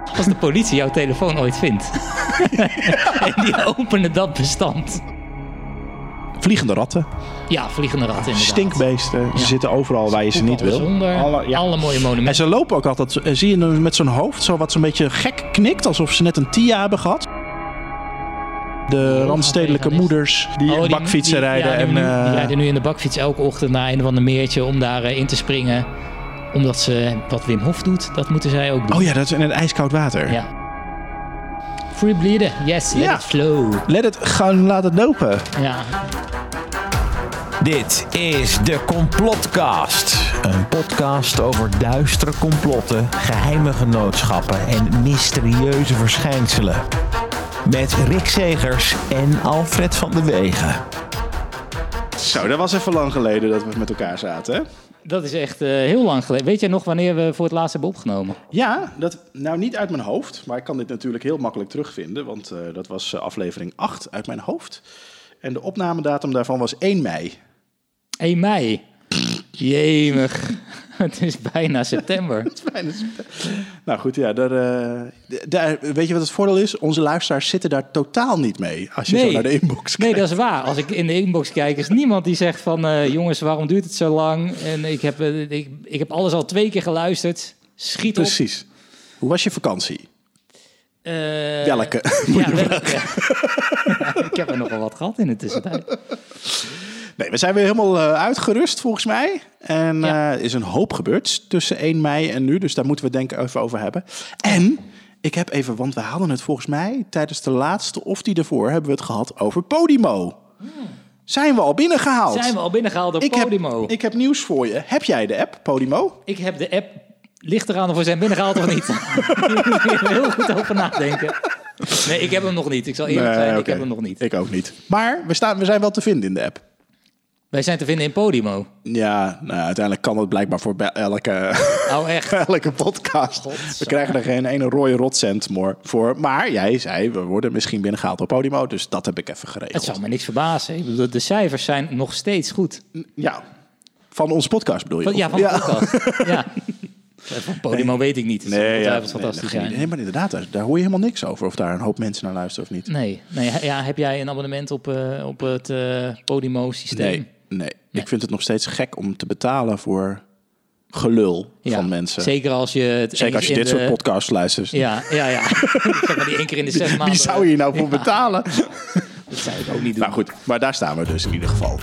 Als de politie jouw telefoon ooit vindt. En die openen dat bestand. Vliegende ratten. Ja, vliegende ratten inderdaad. Stinkbeesten. Ze zitten overal waar je ze niet wil. Alle mooie monumenten. En ze lopen ook altijd, zie je met zo'n hoofd, wat zo'n beetje gek knikt. Alsof ze net een TIA hebben gehad. De randstedelijke moeders die bakfietsen rijden. Die rijden nu in de bakfiets elke ochtend naar een of ander meertje om daar in te springen. Omdat ze wat Wim Hof doet, dat moeten zij ook doen. Oh ja, dat is in het ijskoud water. Ja. Free bleeden, yes, let it flow. Laat het lopen. Ja. Dit is de Complotcast. Een podcast over duistere complotten, geheime genootschappen en mysterieuze verschijnselen. Met Rick Segers en Alfred van de Wegen. Zo, dat was even lang geleden dat we met elkaar zaten, hè? Dat is echt heel lang geleden. Weet jij nog wanneer we voor het laatst hebben opgenomen? Ja, nou niet uit mijn hoofd. Maar ik kan dit natuurlijk heel makkelijk terugvinden. Want dat was aflevering 8 uit mijn hoofd. En de opnamedatum daarvan was 1 mei. 1 mei? Jemig. Het is bijna september. Nou goed, ja. Weet je wat het voordeel is? Onze luisteraars zitten daar totaal niet mee. Als je zo naar de inbox kijkt. Nee, dat is waar. Als ik in de inbox kijk, is niemand die zegt van... jongens, waarom duurt het zo lang? En ik heb alles al 2 keer geluisterd. Schiet op. Precies. Hoe was je vakantie? Welke? Ja, welke? Ik heb er nogal wat gehad in de tussentijd. Nee, we zijn weer helemaal uitgerust volgens mij. En er is een hoop gebeurd tussen 1 mei en nu. Dus daar moeten we denk ik even over hebben. En ik heb even, want we hadden het volgens mij tijdens de laatste of die ervoor hebben we het gehad over Podimo. Zijn we al binnengehaald? Door Podimo. Ik heb nieuws voor je. Heb jij de app Podimo? Ik heb de app. Ligt eraan of we zijn binnengehaald of niet. Hier moet je heel goed over nadenken. Nee, ik heb hem nog niet. Ik zal eerlijk zijn, ik heb hem nog niet. Ik ook niet. Maar we zijn wel te vinden in de app. Wij zijn te vinden in Podimo. Ja, nou, uiteindelijk kan het blijkbaar voor elke podcast. We krijgen er geen ene rode rotcent voor. Maar jij zei, we worden misschien binnengehaald op Podimo. Dus dat heb ik even geregeld. Het zou me niks verbazen. De cijfers zijn nog steeds goed. Ja, van onze podcast bedoel je? Van de podcast. Ja. Van Podimo weet ik niet. Fantastisch zijn. Nee, maar inderdaad, daar hoor je helemaal niks over. Of daar een hoop mensen naar luisteren of niet. Nee. Heb jij een abonnement op het Podimo-systeem? Nee. Ik vind het nog steeds gek om te betalen voor gelul van mensen. Zeker als je dit soort podcasts luistert. Ja. Zeg maar die 1 keer in de 6 maanden. Wie zou je hier nou voor betalen? Dat zou ik ook niet doen. Nou goed, maar daar staan we dus in ieder geval.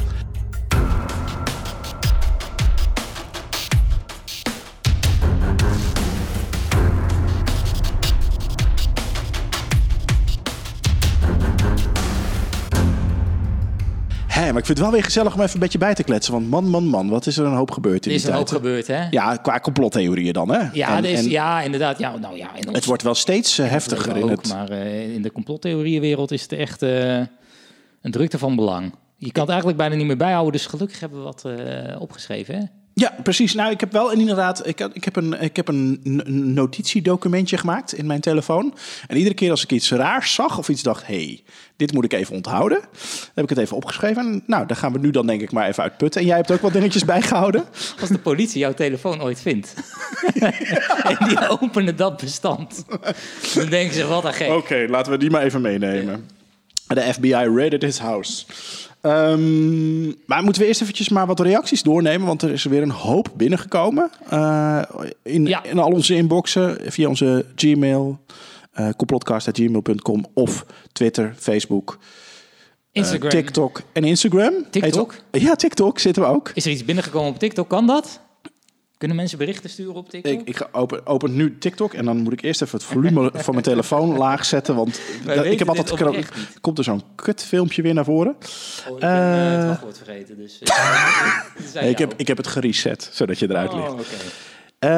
Maar ik vind het wel weer gezellig om even een beetje bij te kletsen. Want man, wat is er een hoop gebeurd in die tijd. Er is een hoop gebeurd, hè? Ja, qua complottheorieën dan, hè? Ja, inderdaad. Ja, het wordt wel steeds heftiger Maar in de complottheorieënwereld is het echt een drukte van belang. Je kan het eigenlijk bijna niet meer bijhouden. Dus gelukkig hebben we wat opgeschreven, hè? Ja, precies. Nou, ik heb wel inderdaad... Ik heb een notitiedocumentje gemaakt in mijn telefoon. En iedere keer als ik iets raars zag of iets dacht... dit moet ik even onthouden. Dan heb ik het even opgeschreven. En nou, daar gaan we nu dan denk ik maar even uitputten. En jij hebt ook wat dingetjes bijgehouden. Als de politie jouw telefoon ooit vindt... en die openen dat bestand... dan denken ze, wat een gek. Oké, laten we die maar even meenemen. Ja. De FBI raided his house... maar moeten we eerst eventjes maar wat reacties doornemen... want er is weer een hoop binnengekomen... in al onze inboxen... via onze Gmail... complotcast@gmail.com... of Twitter, Facebook... Instagram. TikTok en Instagram. TikTok? Ja, TikTok zitten we ook. Is er iets binnengekomen op TikTok? Kan dat? Kunnen mensen berichten sturen op TikTok? Ik open nu TikTok en dan moet ik eerst even het volume van mijn telefoon laag zetten. Want ik heb altijd komt er zo'n kut filmpje weer naar voren. Ik ben het wachtwoord vergeten. Dus, ik heb het gereset, zodat je eruit ligt. Okay.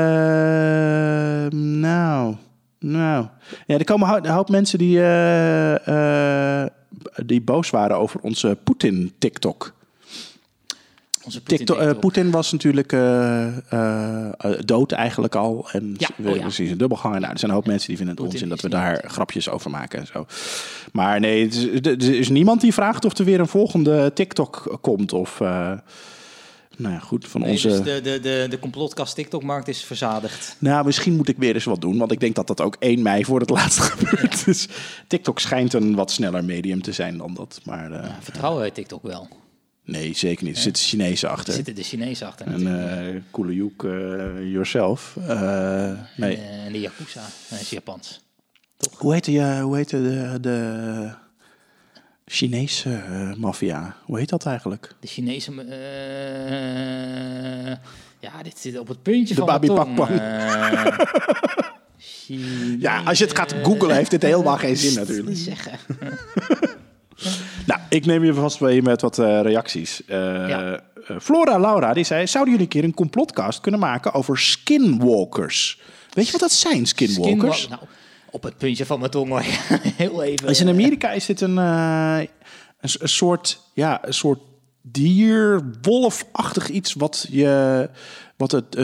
Nou. Ja, er komen een hoop mensen die boos waren over onze Poetin-TikTok. Poetin was natuurlijk dood eigenlijk al. En precies een dubbelganger. Nou, er zijn een hoop mensen die vinden het onzin dat we daar grapjes over maken en zo. Maar nee, er is niemand die vraagt of er weer een volgende TikTok komt. Of Nou ja, goed, van Nee, onze... dus de complotkast TikTok-markt is verzadigd. Nou, misschien moet ik weer eens wat doen. Want ik denk dat dat ook 1 mei voor het laatst gebeurt. Ja. Dus TikTok schijnt een wat sneller medium te zijn dan dat. Maar, vertrouwen wij TikTok wel? Nee, zeker niet. Er zitten Chinezen achter. Er zitten de Chinezen achter En Koelejoek, yourself. Nee. En de Yakuza, dat is Japans. Toch? Hoe heet de Chinese maffia? Hoe heet dat eigenlijk? De Chinese... dit zit op het puntje de van Babi mijn tong. Pakpang. Ja, als je het gaat googlen, heeft dit helemaal geen zin natuurlijk. Niet zeggen. Nou, ik neem je vast mee met wat reacties. Flora Laura, die zei... Zouden jullie een keer een complotcast kunnen maken over skinwalkers? Weet je wat dat zijn, skinwalkers? Nou, op het puntje van mijn tong hoor. Heel even. Dus in Amerika is dit een soort dier, wolfachtig iets... wat het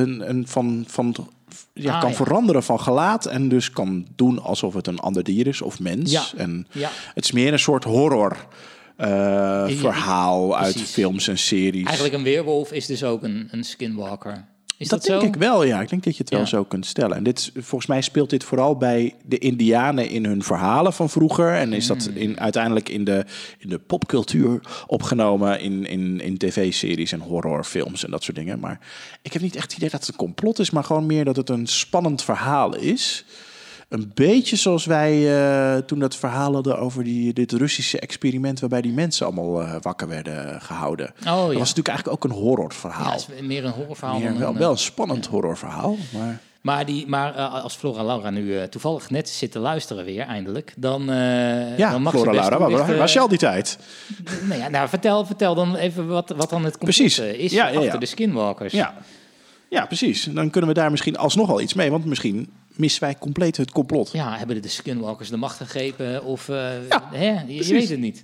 kan veranderen van gelaat... en dus kan doen alsof het een ander dier is of mens. Ja. En het is meer een soort horror... verhaal uit precies. Films en series. Eigenlijk een weerwolf is dus ook een skinwalker. Is dat denk zo? ik wel, ja. Ik denk dat je het wel zo kunt stellen. En volgens mij speelt dit vooral bij de Indianen in hun verhalen van vroeger. En is dat uiteindelijk in de popcultuur opgenomen in tv-series en horrorfilms en dat soort dingen. Maar ik heb niet echt het idee dat het een complot is, maar gewoon meer dat het een spannend verhaal is. Een beetje zoals wij toen dat verhaal hadden over dit Russische experiment... waarbij die mensen allemaal wakker werden gehouden. Oh, dat was natuurlijk eigenlijk ook een horrorverhaal. Ja, het is meer een horrorverhaal. Wel een spannend horrorverhaal. Maar als Flora Laura nu toevallig net zit te luisteren weer, eindelijk... dan mag Flora ze best Laura, waar was je al die tijd? Vertel dan even wat dan het complot is achter de skinwalkers. Ja, precies. Dan kunnen we daar misschien alsnog wel iets mee. Want misschien missen wij compleet het complot. Ja, hebben de skinwalkers de macht gegrepen? Of je weet het niet.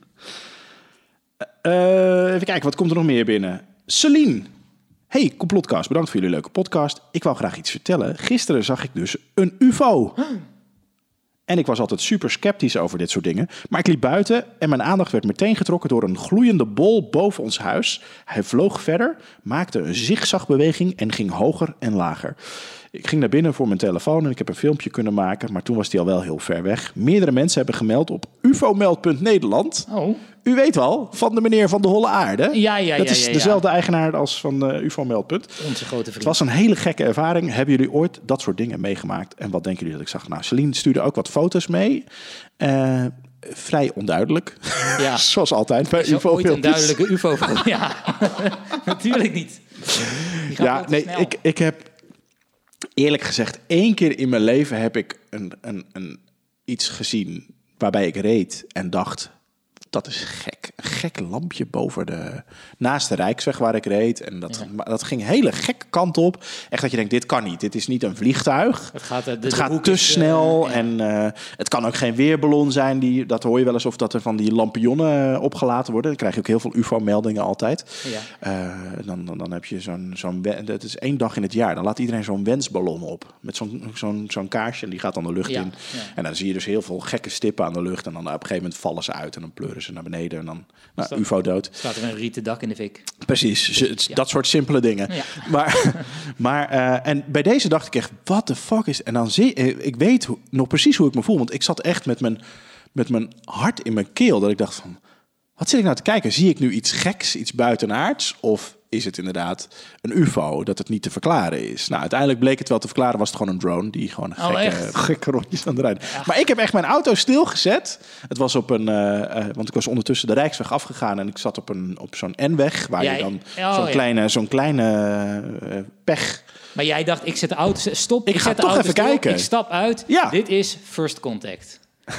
Even kijken, wat komt er nog meer binnen? Celine. Hey, Complotcast, bedankt voor jullie leuke podcast. Ik wou graag iets vertellen. Gisteren zag ik dus een UFO. En ik was altijd super sceptisch over dit soort dingen. Maar ik liep buiten en mijn aandacht werd meteen getrokken door een gloeiende bol boven ons huis. Hij vloog verder, maakte een zigzagbeweging en ging hoger en lager. Ik ging naar binnen voor mijn telefoon en ik heb een filmpje kunnen maken. Maar toen was hij al wel heel ver weg. Meerdere mensen hebben gemeld op ufomeld.nederland. Oh. U weet wel, van de meneer van de Holle Aarde. Ja. Dat is dezelfde eigenaar als van ufomeld. Onze grote vriend. Het was een hele gekke ervaring. Hebben jullie ooit dat soort dingen meegemaakt? En wat denken jullie dat ik zag? Nou, Celine stuurde ook wat foto's mee. Vrij onduidelijk. Ja. Zoals altijd bij UFO. Ooit een UFO-filmpjes. duidelijke UFO. Ja, natuurlijk niet. Ja, nee, ik heb eerlijk gezegd 1 keer in mijn leven heb ik iets gezien waarbij ik reed en dacht, dat is gek. Een gek lampje naast de Rijksweg waar ik reed. En dat ging een hele gekke kant op. Echt dat je denkt, dit kan niet. Dit is niet een vliegtuig. Het gaat te snel. En het kan ook geen weerballon zijn. Dat hoor je wel eens of dat er van die lampionnen opgelaten worden. Dan krijg je ook heel veel UFO-meldingen altijd. Ja. Dan heb je dat is 1 dag in het jaar. Dan laat iedereen zo'n wensballon op. Met zo'n kaarsje. En die gaat dan de lucht in. Ja. En dan zie je dus heel veel gekke stippen aan de lucht. En dan op een gegeven moment vallen ze uit. En dan pleuren ze naar beneden. En dan UFO dood. Staat er een rieten dak in de fik. Precies, dat soort simpele dingen. Ja. Maar en bij deze dacht ik echt, what the fuck is... En dan ik weet nog precies hoe ik me voel. Want ik zat echt met mijn hart in mijn keel. Dat ik dacht van, wat zit ik nou te kijken? Zie ik nu iets geks, iets buitenaards? Of is het inderdaad een UFO, dat het niet te verklaren is? Nou, uiteindelijk bleek het wel te verklaren. Was het gewoon een drone die gewoon gekke rondjes aan het rijden. Ja. Maar ik heb echt mijn auto stilgezet. Het was op want ik was ondertussen de Rijksweg afgegaan en ik zat op zo'n N-weg waar je dan zo'n kleine pech. Maar jij dacht, ik zet de auto stop. Ik ga toch even kijken. Ik stap uit. Ja. Dit is first contact.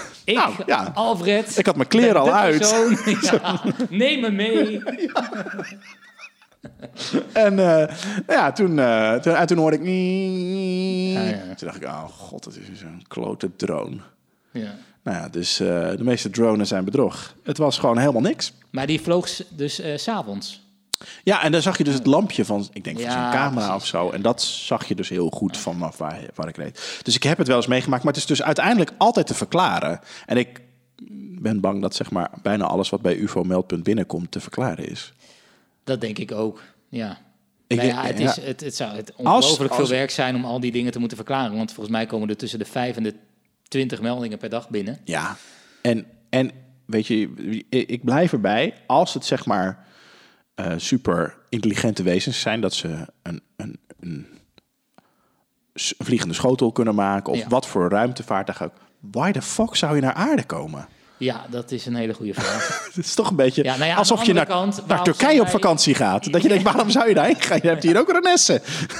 Alfred. Ik had mijn kleren al uit. Neem me mee. En toen hoorde ik... Toen dacht ik, oh god, dat is zo'n klote drone. Ja. Nou ja, dus de meeste drones zijn bedrog. Het was gewoon helemaal niks. Maar die vloog dus 's avonds. Ja, en dan zag je dus het lampje van, ik denk van zijn camera precies. Of zo. En dat zag je dus heel goed vanaf waar ik reed. Dus ik heb het wel eens meegemaakt, maar het is dus uiteindelijk altijd te verklaren. En ik ben bang dat zeg maar bijna alles wat bij ufomeld.binnenkomt te verklaren is. Dat denk ik ook. Ja. Het zou ongelooflijk veel werk zijn om al die dingen te moeten verklaren. Want volgens mij komen er tussen de 5 en de 20 meldingen per dag binnen. Ja, en weet je, ik blijf erbij. Als het zeg maar super intelligente wezens zijn, dat ze een vliegende schotel kunnen maken of wat voor ruimtevaartuig ook. Why the fuck zou je naar aarde komen? Ja, dat is een hele goede vraag. Het is toch een beetje alsof je naar Turkije op vakantie gaat. Dat je denkt, waarom zou je daarheen gaan? Je hebt hier ook Renesse.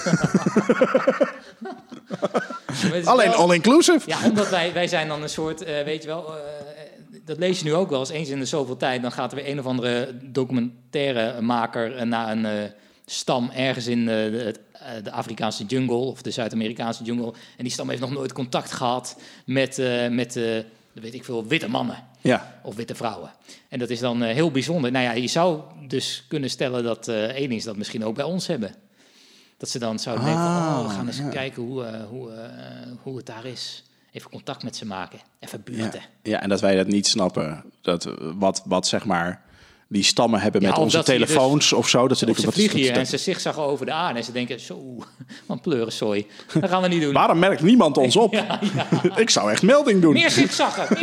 Alleen all-inclusive. Ja, omdat wij zijn dan een soort, weet je wel... dat lees je nu ook wel eens in de zoveel tijd. Dan gaat er weer een of andere documentairemaker naar een stam ergens in de Afrikaanse jungle of de Zuid-Amerikaanse jungle. En die stam heeft nog nooit contact gehad met weet ik veel, witte mannen. Ja. Of witte vrouwen. En dat is dan heel bijzonder. Nou ja, je zou dus kunnen stellen dat aliens dat misschien ook bij ons hebben. Dat ze dan zouden denken van, we gaan eens kijken hoe het daar is. Even contact met ze maken. Even buurten. Ja, en dat wij dat niet snappen. Dat wat zeg maar die stammen hebben met onze telefoons dus, of zo. Dat ze vliegen hier en ze zigzaggen over de aarde. En ze denken, zo, wat pleurensooi. Dat gaan we niet doen. Waarom merkt niemand ons op? Ja. Ik zou echt melding doen. Meer zigzaggen.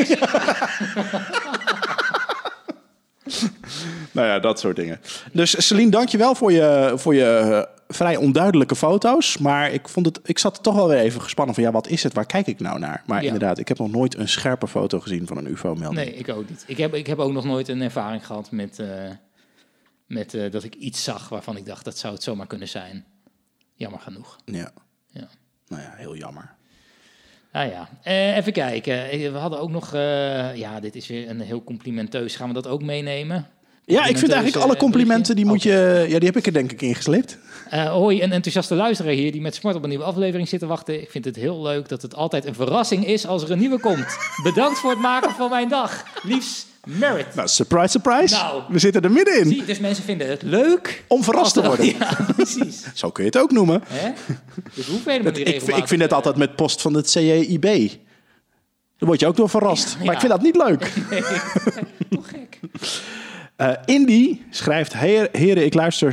Nou ja, dat soort dingen. Dus Celine, dank je wel voor je vrij onduidelijke foto's. Maar ik zat toch wel weer even gespannen van, wat is het? Waar kijk ik nou naar? Maar inderdaad, ik heb nog nooit een scherpe foto gezien van een UFO-melding. Nee, ik ook niet. Ik heb ook nog nooit een ervaring gehad met dat ik iets zag waarvan ik dacht, dat zou het zomaar kunnen zijn. Jammer genoeg. Ja. Nou ja, heel jammer. Ah ja, even kijken. We hadden ook nog... dit is weer een heel complimenteus. Gaan we dat ook meenemen? Ja, ik vind eigenlijk alle complimenten, die moet je... Ja, die heb ik er denk ik ingeslipt. Hoi, een enthousiaste luisteraar hier die met smart op een nieuwe aflevering zit te wachten. Ik vind het heel leuk dat het altijd een verrassing is als er een nieuwe komt. Bedankt voor het maken van mijn dag. Liefs, Merit. Nou, surprise, surprise. Nou, we zitten er middenin. Zie, dus mensen vinden het leuk... om verrast te worden. Ja, precies. Zo kun je het ook noemen. Hè? Dus hoe vind je ik vind het altijd met post van het CJIB. Dan word je ook door verrast. Ja. Maar ik vind dat niet leuk. Nee, toch gek. Indy schrijft: heren, ik luister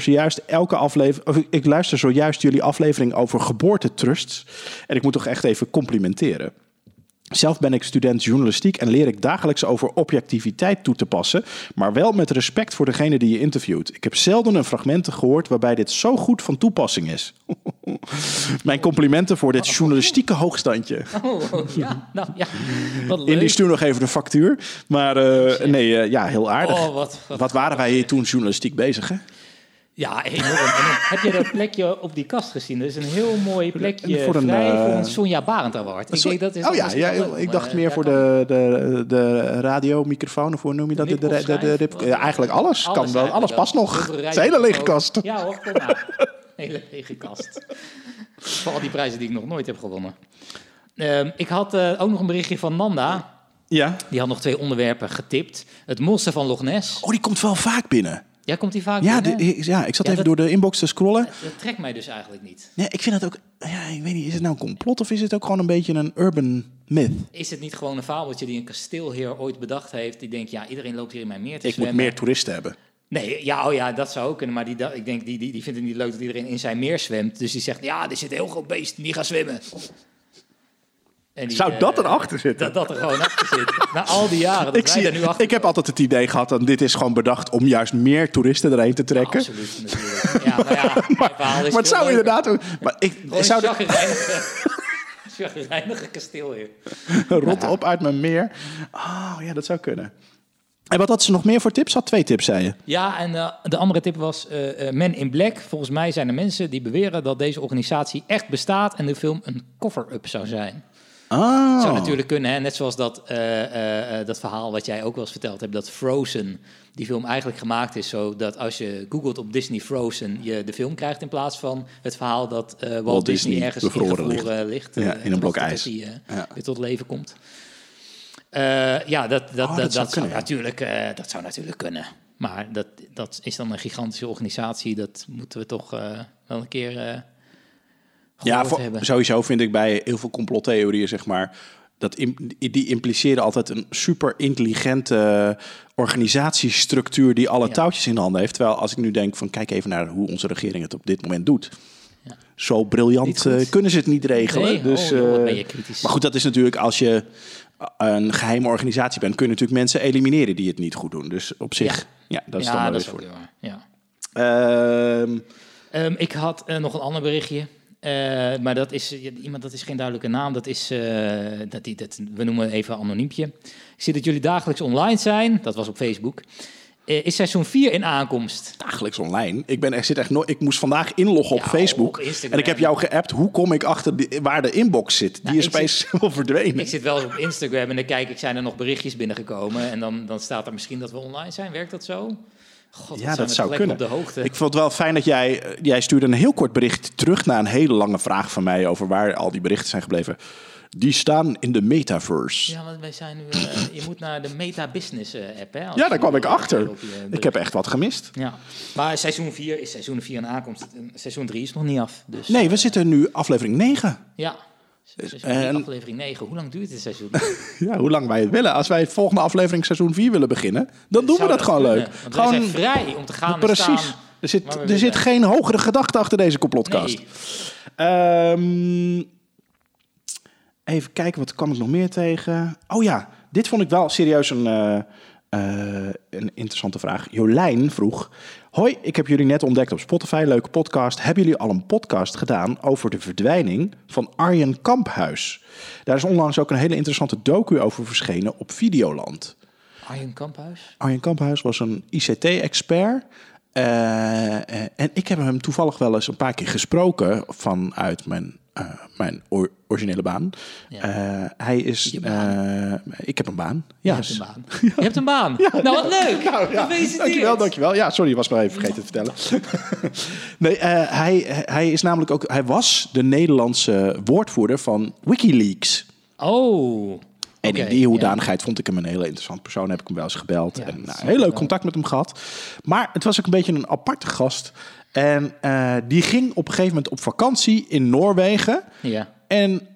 zojuist jullie aflevering over geboortetrusts. En ik moet toch echt even complimenteren. Zelf ben ik student journalistiek en leer ik dagelijks over objectiviteit toe te passen, maar wel met respect voor degene die je interviewt. Ik heb zelden een fragment gehoord waarbij dit zo goed van toepassing is. Mijn complimenten voor dit journalistieke hoogstandje. Wat leuk. Indy, stuur nog even de factuur. Maar heel aardig. Wat waren wij hier toen journalistiek bezig, hè? Ja, enorm. Heb je dat plekje op die kast gezien? Dat is een heel mooi plekje voor een Sonja Barend Award. Ik dacht meer voor de radiomicrofoon, of hoe noem je dat? Eigenlijk alles. Alles past nog. Het is een hele lege kast. Ja hoor, kom maar. Hele lege kast. Voor al die prijzen die ik nog nooit heb gewonnen. Ik had ook nog een berichtje van Nanda. Ja. Die had nog 2 onderwerpen getipt. Het monster van Loch Ness. Oh, die komt wel vaak binnen. Ja, komt hij vaak binnen? Ik zat even door de inbox te scrollen. Dat trekt mij dus eigenlijk niet. Nee, ik vind het ook... Ja, ik weet niet, is het nou een complot of is het ook gewoon een beetje een urban myth? Is het niet gewoon een fabeltje die een kasteelheer ooit bedacht heeft? Die denkt, iedereen loopt hier in mijn meer te zwemmen. Ik moet meer toeristen hebben. Nee, dat zou ook kunnen. Maar ik denk, die vindt het niet leuk dat iedereen in zijn meer zwemt. Dus die zegt, er zit een heel groot beest, die gaat zwemmen. En zou dat erachter zitten? Dat er gewoon achter zit. Na al die jaren. Ik heb altijd het idee gehad dat dit is gewoon bedacht om juist meer toeristen erheen te trekken. Absoluut, natuurlijk. Ja, maar het zou inderdaad ook... Chagrijnige kasteelheer. Rot op uit mijn meer. Oh ja, dat zou kunnen. En wat had ze nog meer voor tips? Had 2 tips, zei je. Ja, en de andere tip was Men in Black. Volgens mij zijn er mensen die beweren dat deze organisatie echt bestaat en de film een cover-up zou zijn. Oh. Zou natuurlijk kunnen, hè? Net zoals dat verhaal wat jij ook wel eens verteld hebt, dat Frozen, die film eigenlijk gemaakt is zodat als je googelt op Disney Frozen, je de film krijgt in plaats van het verhaal dat Walt Disney ergens ingevroren ligt. In een blok ijs. Dat hij weer tot leven komt. Dat zou natuurlijk kunnen. Maar dat is dan een gigantische organisatie. Dat moeten we toch wel een keer hebben. Sowieso vind ik bij heel veel complottheorieën, zeg maar, die impliceren altijd een super intelligente organisatiestructuur die alle touwtjes in de handen heeft. Terwijl als ik nu denk van kijk even naar hoe onze regering het op dit moment doet. Ja. Zo briljant kunnen ze het niet regelen. Nee, dus, wat ben je kritisch. Maar goed, dat is natuurlijk als je een geheime organisatie bent, kun je natuurlijk mensen elimineren die het niet goed doen. Dus op zich, dat is dan wel eens voor. Ik had nog een ander berichtje. Maar dat is geen duidelijke naam. Dat is, we noemen even anoniempje. Ik zie dat jullie dagelijks online zijn. Dat was op Facebook. Is seizoen 4 in aankomst? Dagelijks online? Ik moest vandaag inloggen op Facebook. Op en ik heb jou geappt. Hoe kom ik achter waar de inbox zit? Die is opeens wel verdwenen. Ik zit wel eens op Instagram en dan kijk ik, zijn er nog berichtjes binnengekomen? En dan staat er misschien dat we online zijn. Werkt dat zo? God, dat zou kunnen. Op de hoogte. Ik vond het wel fijn dat jij stuurde een heel kort bericht terug naar een hele lange vraag van mij over waar al die berichten zijn gebleven. Die staan in de metaverse. Ja, want wij zijn nu. Je moet naar de Meta Business app. Hè, ja, daar kwam ik achter. Ik heb echt wat gemist. Ja, maar seizoen 4 is seizoen 4 in aankomst. Seizoen 3 is nog niet af. Dus, nee, we zitten nu aflevering 9. Ja. Aflevering 9. Hoe lang duurt dit seizoen? Ja, hoe lang wij het willen. Als wij het volgende aflevering seizoen 4 willen beginnen, dan doen we dat gewoon leuk. Gewoon zijn vrij om te gaan precies. En staan. Er zit geen hogere gedachte achter deze complotcast. Nee. Even kijken, wat kwam ik nog meer tegen? Oh ja, dit vond ik wel serieus een interessante vraag. Jolijn vroeg: hoi, ik heb jullie net ontdekt op Spotify, leuke podcast. Hebben jullie al een podcast gedaan over de verdwijning van Arjen Kamphuis? Daar is onlangs ook een hele interessante docu over verschenen op Videoland. Arjen Kamphuis? Arjen Kamphuis was een ICT-expert. En ik heb hem toevallig wel eens een paar keer gesproken vanuit mijn originele baan. Ja. Hij is... ik heb een baan. Ja. Je hebt een baan? Ja. Nou, wat leuk! Nou, ja. Dankjewel. Ja, sorry, was maar even vergeten te vertellen. Nee, hij is namelijk ook... Hij was de Nederlandse woordvoerder van WikiLeaks. Oh... En in die hoedanigheid vond ik hem een hele interessant persoon. Heb ik hem wel eens gebeld. En heel leuk contact met hem gehad. Maar het was ook een beetje een aparte gast. En die ging op een gegeven moment op vakantie in Noorwegen. Ja. En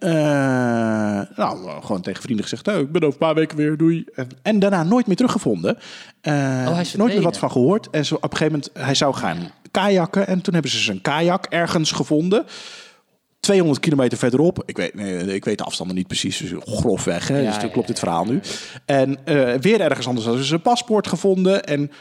gewoon tegen vrienden gezegd... ik ben over een paar weken weer, doei. En daarna nooit meer teruggevonden. Hij is nooit meer wat van gehoord. En zo op een gegeven moment, hij zou gaan kajakken. En toen hebben ze zijn kajak ergens gevonden... 200 kilometer verderop. Ik weet de afstanden niet precies, dus grofweg. Hè? Dus dan klopt dit verhaal nu. En weer ergens anders hadden ze zijn paspoort gevonden. En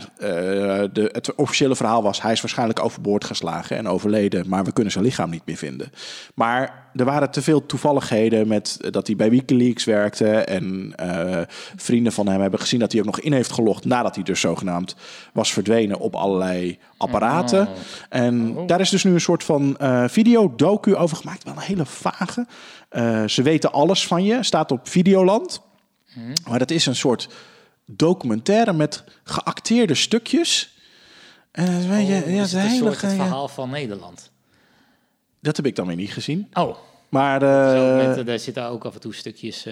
het officiële verhaal was... hij is waarschijnlijk overboord geslagen en overleden... maar we kunnen zijn lichaam niet meer vinden. Maar er waren te veel toevalligheden met dat hij bij WikiLeaks werkte... en vrienden van hem hebben gezien dat hij ook nog in heeft gelogd... nadat hij dus zogenaamd was verdwenen op allerlei apparaten. En daar is dus nu een soort van video-docu over gemaakt. Wel een hele vage. Ze weten alles van je. Staat op Videoland. Maar dat is een soort documentaire met geacteerde stukjes. Is het een soort het verhaal van Nederland? Dat heb ik dan weer niet gezien. Oh. Maar daar zitten ook af en toe stukjes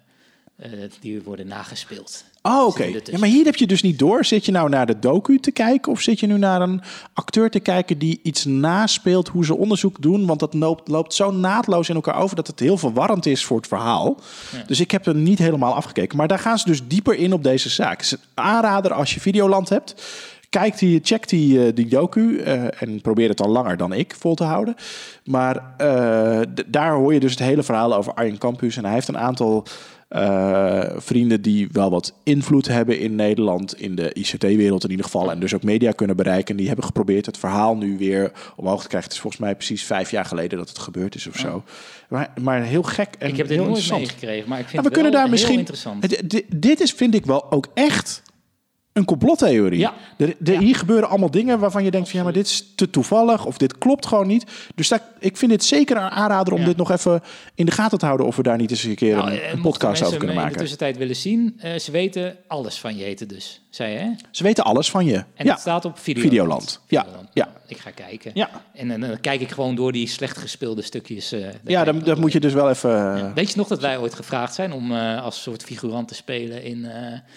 die worden nagespeeld. Oh, oké. Ja, maar hier heb je dus niet door. Zit je nou naar de docu te kijken... of zit je nu naar een acteur te kijken die iets naspeelt... hoe ze onderzoek doen? Want dat loopt zo naadloos in elkaar over... dat het heel verwarrend is voor het verhaal. Ja. Dus ik heb er niet helemaal afgekeken. Maar daar gaan ze dus dieper in op deze zaak. Het is een aanrader als je Videoland hebt... Check die docu en probeer het al langer dan ik vol te houden. Maar daar hoor je dus het hele verhaal over Arjen Kamphuis. En hij heeft een aantal vrienden die wel wat invloed hebben in Nederland... in de ICT-wereld in ieder geval. En dus ook media kunnen bereiken. En die hebben geprobeerd het verhaal nu weer omhoog te krijgen. Het is volgens mij precies 5 jaar geleden dat het gebeurd is of zo. Maar heel gek en ik heb dit nooit meegekregen, maar ik vind het wel heel misschien interessant. Dit is, vind ik wel ook echt... een complottheorie. Ja. Hier gebeuren allemaal dingen waarvan je denkt... van, ja, maar dit is te toevallig of dit klopt gewoon niet. Dus ik vind het zeker een aanrader om dit nog even in de gaten te houden... of we daar niet eens een keer een podcast over kunnen maken. In de tussentijd willen zien, ze weten alles van je heten dus, zei je, hè? Ze weten alles van je. En dat staat op Videoland. Ja. Ik ga kijken. Ja. En dan kijk ik gewoon door die slecht gespeelde stukjes. Dat moet je dus wel even... Ja. Weet je nog dat wij ooit gevraagd zijn om als soort figurant te spelen in...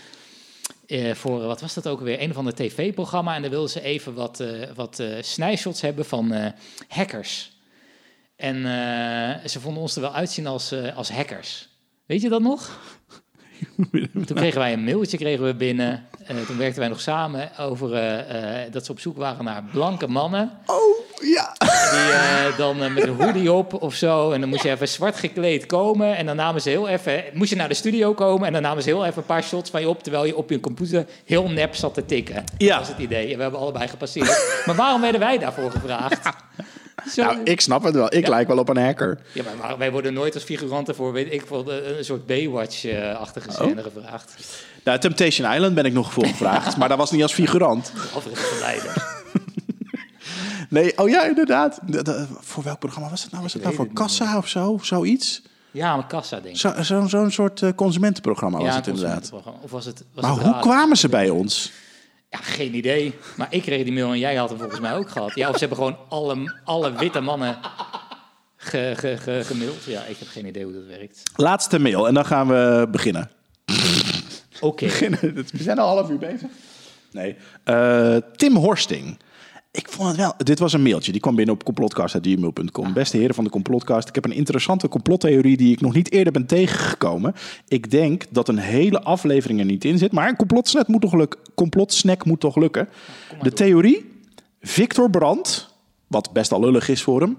voor, wat was dat ook weer? Een of ander tv-programma. En dan wilden ze even wat snijshots hebben van hackers. En ze vonden ons er wel uitzien als hackers. Weet je dat nog? Toen kregen wij een mailtje binnen. Toen werkten wij nog samen over dat ze op zoek waren naar blanke mannen. Oh, ja. Die dan met een hoodie op of zo. En dan moest je even zwart gekleed komen. En dan namen ze moest je naar de studio komen. En dan namen ze heel even een paar shots van je op. Terwijl je op je computer heel nep zat te tikken. Ja. Dat was het idee. En we hebben allebei gepasseerd. Maar waarom werden wij daarvoor gevraagd? Zo. Nou, ik snap het wel. Ik lijk wel op een hacker. Ja, maar wij worden nooit als figuranten voor, weet ik veel, een soort Baywatch-achtige scène gevraagd. Nou, Temptation Island ben ik nog voor gevraagd. Maar dat was niet als figurant. Alfred van Leiden. Nee, oh ja, inderdaad. Voor welk programma was het nou? Was het nou voor Kassa of zo? Zoiets? Ja, een Kassa, denk ik. Zo'n soort consumentenprogramma was het inderdaad. Of was het Maar hoe kwamen ze bij ons? Ja, geen idee. Maar ik kreeg die mail en jij had hem volgens mij ook gehad. Ja, of ze hebben gewoon alle witte mannen gemaild. Ja, ik heb geen idee hoe dat werkt. Laatste mail en dan gaan we beginnen. Oké. We zijn al half uur bezig. Nee. Tim Horsting. Ik vond het wel... Dit was een mailtje. Die kwam binnen op complotcast@gmail.com. Beste heren van de complotcast. Ik heb een interessante complottheorie die ik nog niet eerder ben tegengekomen. Ik denk dat een hele aflevering er niet in zit. Maar een complotsnack moet toch lukken. De theorie. Victor Brandt. Wat best al lullig is voor hem.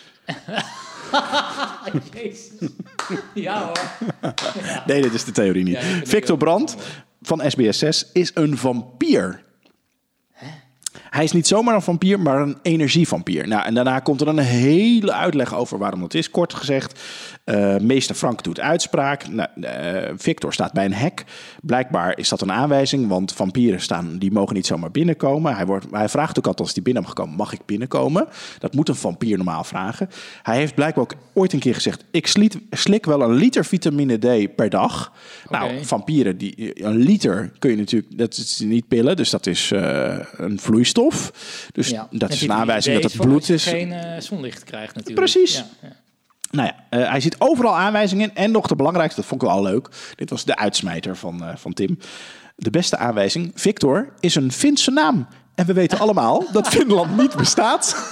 Jezus. Ja hoor. Ja. Nee, dit is de theorie niet. Ja, Victor Brandt van SBS6 is een vampier. Hij is niet zomaar een vampier, maar een energievampier. Nou, en daarna komt er een hele uitleg over waarom dat is. Kort gezegd, meester Frank doet uitspraak. Nou, Victor staat bij een hek. Blijkbaar is dat een aanwijzing, want vampieren die mogen niet zomaar binnenkomen. Hij vraagt ook altijd als hij binnen mag komen, mag ik binnenkomen? Dat moet een vampier normaal vragen. Hij heeft blijkbaar ook ooit een keer gezegd, ik slik wel 1 liter vitamine D per dag. Okay. Nou, vampieren, 1 liter kun je natuurlijk, dat is niet pillen, dus dat is een vloeistof. Dus ja, dat is een aanwijzing dat het bloed is. Geen zonlicht krijgt natuurlijk. Precies. Ja, ja. Nou ja, hij ziet overal aanwijzingen in. En nog de belangrijkste, dat vond ik wel leuk. Dit was de uitsmijter van Tim. De beste aanwijzing. Victor is een Finse naam. En we weten allemaal dat Finland niet bestaat.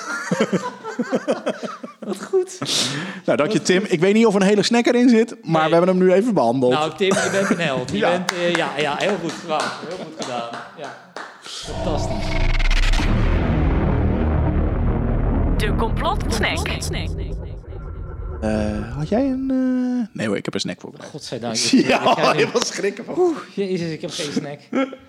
Wat goed. Nou, dank je Tim. Ik weet niet of een hele snack erin zit. Maar we hebben hem nu even behandeld. Nou Tim, je bent een held. Je bent, heel goed gedaan. Heel goed gedaan. Ja. Fantastisch. De complotsnack. Had jij een... Nee hoor, ik heb een snack voorbereid. Godzijdank. Ja, je was schrikken van. Jezus, ik heb geen snack.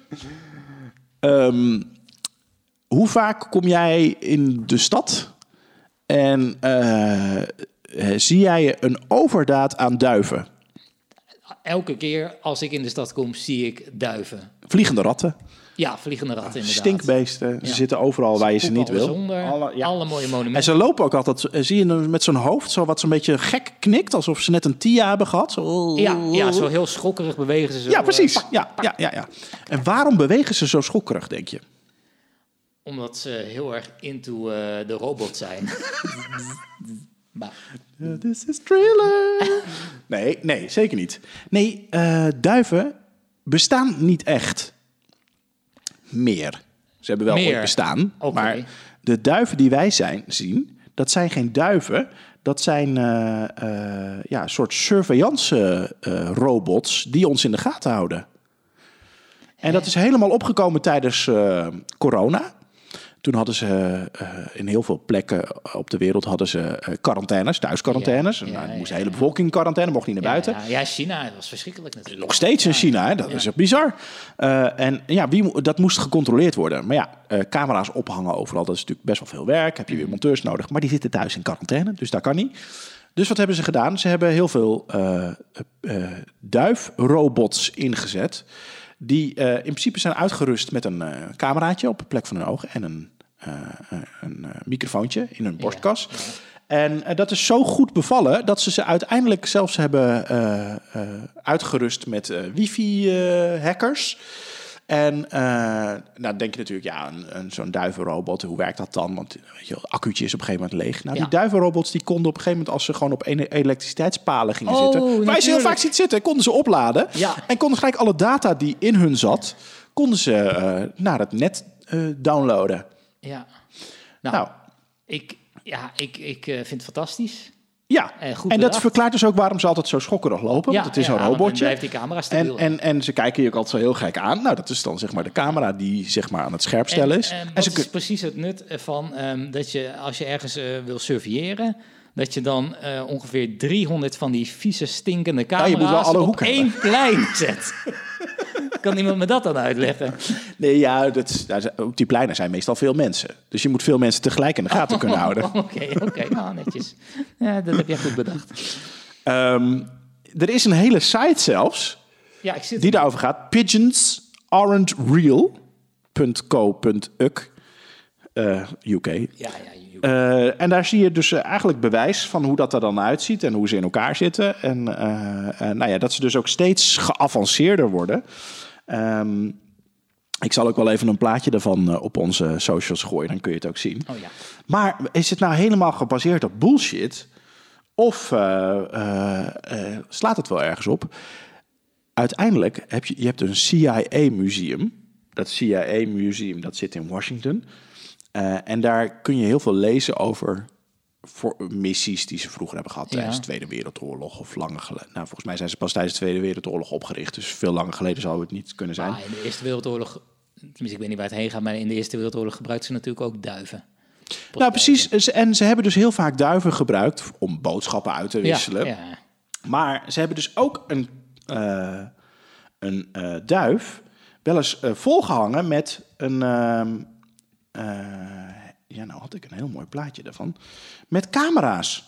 Hoe vaak kom jij in de stad en zie jij een overdaad aan duiven? Elke keer als ik in de stad kom, zie ik duiven. Vliegende ratten. Ja, vliegende ratten inderdaad. Stinkbeesten. Ze zitten overal waar je ze niet wil. Alle mooie monumenten. En ze lopen ook altijd, zie je met zo'n hoofd, wat zo'n beetje gek knikt, alsof ze net een TIA hebben gehad. Zo. Ja, zo heel schokkerig bewegen ze zo. Ja, precies. Ja. En waarom bewegen ze zo schokkerig, denk je? Omdat ze heel erg into de robot zijn. This is Thriller. Nee, zeker niet. Nee, duiven bestaan niet echt meer. Ze hebben wel ooit bestaan. Okay. Maar de duiven die wij zien, dat zijn geen duiven. Dat zijn een soort surveillance robots die ons in de gaten houden. En dat is helemaal opgekomen tijdens corona. Toen hadden ze in heel veel plekken op de wereld quarantaines, thuisquarantaines. Dan moest de hele bevolking in quarantaine, mocht niet naar buiten. Ja, China, dat was verschrikkelijk natuurlijk. Nog steeds in China, hè? Dat is echt bizar. Dat moest gecontroleerd worden. Maar ja, camera's ophangen overal, dat is natuurlijk best wel veel werk. Heb je weer monteurs nodig, maar die zitten thuis in quarantaine, dus dat kan niet. Dus wat hebben ze gedaan? Ze hebben heel veel duifrobots ingezet. Die in principe zijn uitgerust met een cameraatje op de plek van hun ogen en een microfoontje in hun borstkas. Ja. En dat is zo goed bevallen dat ze uiteindelijk zelfs hebben uitgerust met wifi-hackers. En dan denk je natuurlijk, zo'n duivenrobot, hoe werkt dat dan? Want weet je, accu'tje is op een gegeven moment leeg. Nou, die duivenrobots die konden op een gegeven moment, als ze gewoon op elektriciteitspalen gingen zitten, waar je ze heel vaak ziet zitten, konden ze opladen. Ja. En konden gelijk alle data die in hun zat, konden ze naar het net downloaden. Ja. Nou. Ik vind het fantastisch. Ja, goed en bedacht. dat verklaart dus ook waarom ze altijd zo schokkerig lopen. Want het is een want dan robotje. blijft die camera stabiel. En ze kijken je ook altijd zo heel gek aan. Nou, dat is dan zeg maar de camera die zeg maar aan het scherp stellen is. En En wat is precies het nut van dat je, als je ergens wil surveilleren, dat je dan ongeveer 300 van die vieze, stinkende camera's je moet wel alle op hoeken één plein zet. Kan iemand me dat dan uitleggen? Nee, ja, op die pleinen zijn meestal veel mensen. Dus je moet veel mensen tegelijk in de gaten kunnen houden. Oké, nou netjes. Ja, dat heb je goed bedacht. Er is een hele site zelfs Ja, ik zit die daarover gaat. pigeonsaren'treal.co.uk UK. Ja, En daar zie je dus eigenlijk bewijs van hoe dat er dan uitziet en hoe ze in elkaar zitten. En nou ja, dat ze dus ook steeds geavanceerder worden. Ik zal ook wel even een plaatje daarvan op onze socials gooien, dan kun je het ook zien. Oh ja. Maar is het nou helemaal gebaseerd op bullshit? Of slaat het wel ergens op? Uiteindelijk heb je hebt een CIA-museum. Dat CIA-museum dat zit in Washington. En daar kun je heel veel lezen over missies die ze vroeger hebben gehad tijdens de Tweede Wereldoorlog of langer geleden. Nou, volgens mij zijn ze pas tijdens de Tweede Wereldoorlog opgericht, dus veel langer geleden zou het niet kunnen zijn. In de Eerste Wereldoorlog, tenminste ik weet niet waar het heen gaat, maar in de Eerste Wereldoorlog gebruikten ze natuurlijk ook duiven. Nou, precies. En ze hebben dus heel vaak duiven gebruikt om boodschappen uit te wisselen. Ja. Maar ze hebben dus ook een duif wel eens volgehangen met een... ja, nou had ik een heel mooi plaatje daarvan. Met camera's.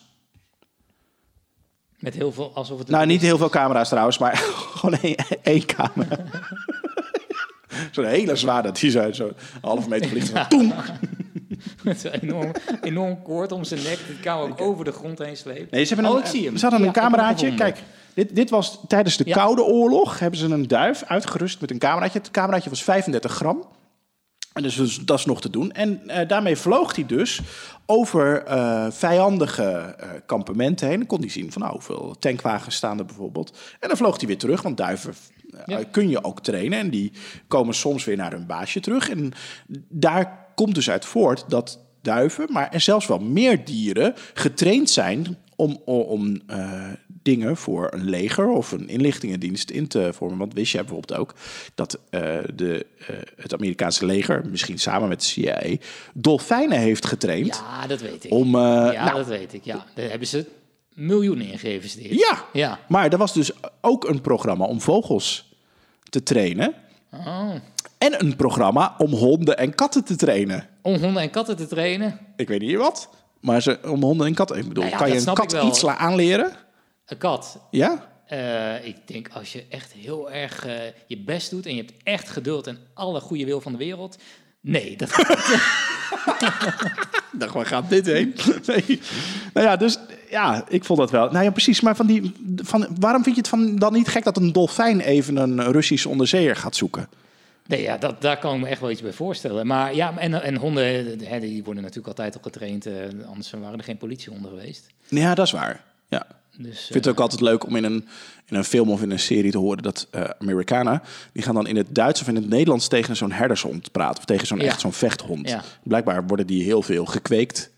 Met heel veel, alsof het... Nou, niet heel veel camera's trouwens, maar gewoon één camera. Zo'n hele zware, die zo half meter vliegt. Ja. Toem! Met zo'n enorm koord om zijn nek. Die kan ook over de grond heen slepen. Nee, ze hebben ik zie hem. Ze hadden een Ja, cameraatje. Kijk, dit was tijdens de Koude Oorlog. Hebben ze een duif uitgerust met een cameraatje. Het cameraatje was 35 gram. En dus dat is nog te doen. En daarmee vloog hij dus over vijandige kampementen heen. Dan kon hij zien van hoeveel tankwagens staan er bijvoorbeeld. En dan vloog hij weer terug, want duiven kun je ook trainen. En die komen soms weer naar hun baasje terug. En daar komt dus uit voort dat duiven, maar er zelfs wel meer dieren getraind zijn om dingen voor een leger of een inlichtingendienst in te vormen. Want wist jij bijvoorbeeld ook dat het Amerikaanse leger, misschien samen met de CIA, dolfijnen heeft getraind? Ja, dat weet ik. Dat weet ik. Ja, daar hebben ze miljoenen in geïnvesteerd. Ja, maar er was dus ook een programma om vogels te trainen. Oh. En een programma om honden en katten te trainen. Om honden en katten te trainen? Ik weet niet wat, maar om honden en katten. Ik bedoel, kan je een kat iets aanleren? Een kat? Ja? Ik denk als je echt heel erg je best doet en je hebt echt geduld en alle goede wil van de wereld. Nee, dat gaat niet. Ik dacht, waar gaat dit heen? Nee. Nou ja, dus ja, ik vond dat wel. Nou ja, precies. Maar waarom vind je het dan niet gek dat een dolfijn even een Russisch onderzeeër gaat zoeken? Nee, ja, daar kan ik me echt wel iets bij voorstellen. Maar ja, en honden, die worden natuurlijk altijd al getraind. Anders waren er geen politiehonden geweest. Ja, dat is waar. Ja. Dus, ik vind het ook altijd leuk om in een film of in een serie te horen dat Amerikanen, die gaan dan in het Duits of in het Nederlands tegen zo'n herdershond praten. Of tegen echt zo'n vechthond. Ja. Blijkbaar worden die heel veel gekweekt.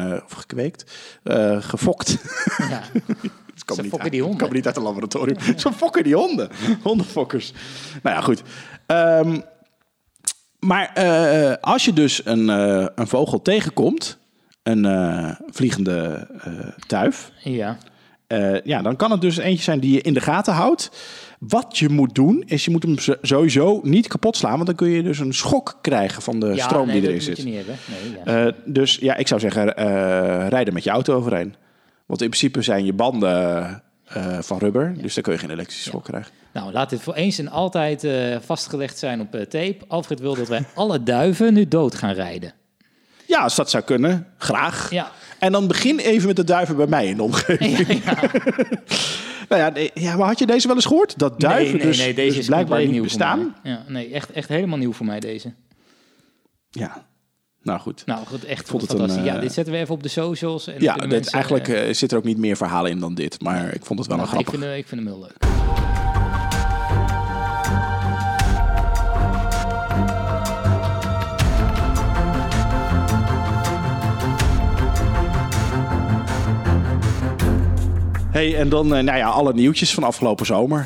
Gefokt. Ja. Ze fokken die honden. Komen niet uit een laboratorium. Ze fokken die honden. Hondenfokkers. Nou ja, goed. Maar als je dus een vogel tegenkomt, een vliegende duif, dan kan het dus eentje zijn die je in de gaten houdt. Wat je moet doen, is je moet hem sowieso niet kapot slaan, want dan kun je dus een schok krijgen van de stroom die erin zit. Dat moet je niet hebben. Dus ja, ik zou zeggen, rijden met je auto overheen. Want in principe zijn je banden van rubber, dus dan kun je geen elektrische schok krijgen. Nou, laat dit voor eens en altijd vastgelegd zijn op tape. Alfred wil dat wij alle duiven nu dood gaan rijden. Ja, als dat zou kunnen, graag. Ja. En dan begin even met de duiven bij mij in de omgeving. Nou ja, maar had je deze wel eens gehoord? Dat duiven deze dus is blijkbaar niet bestaan? Ja, nee, echt helemaal nieuw voor mij deze. Ja, nou goed. Echt fantastisch. Dit zetten we even op de socials. En eigenlijk zit er ook niet meer verhalen in dan dit. Maar ik vond het wel een grappig. Ik vind hem heel leuk. Hey, en dan alle nieuwtjes van afgelopen zomer.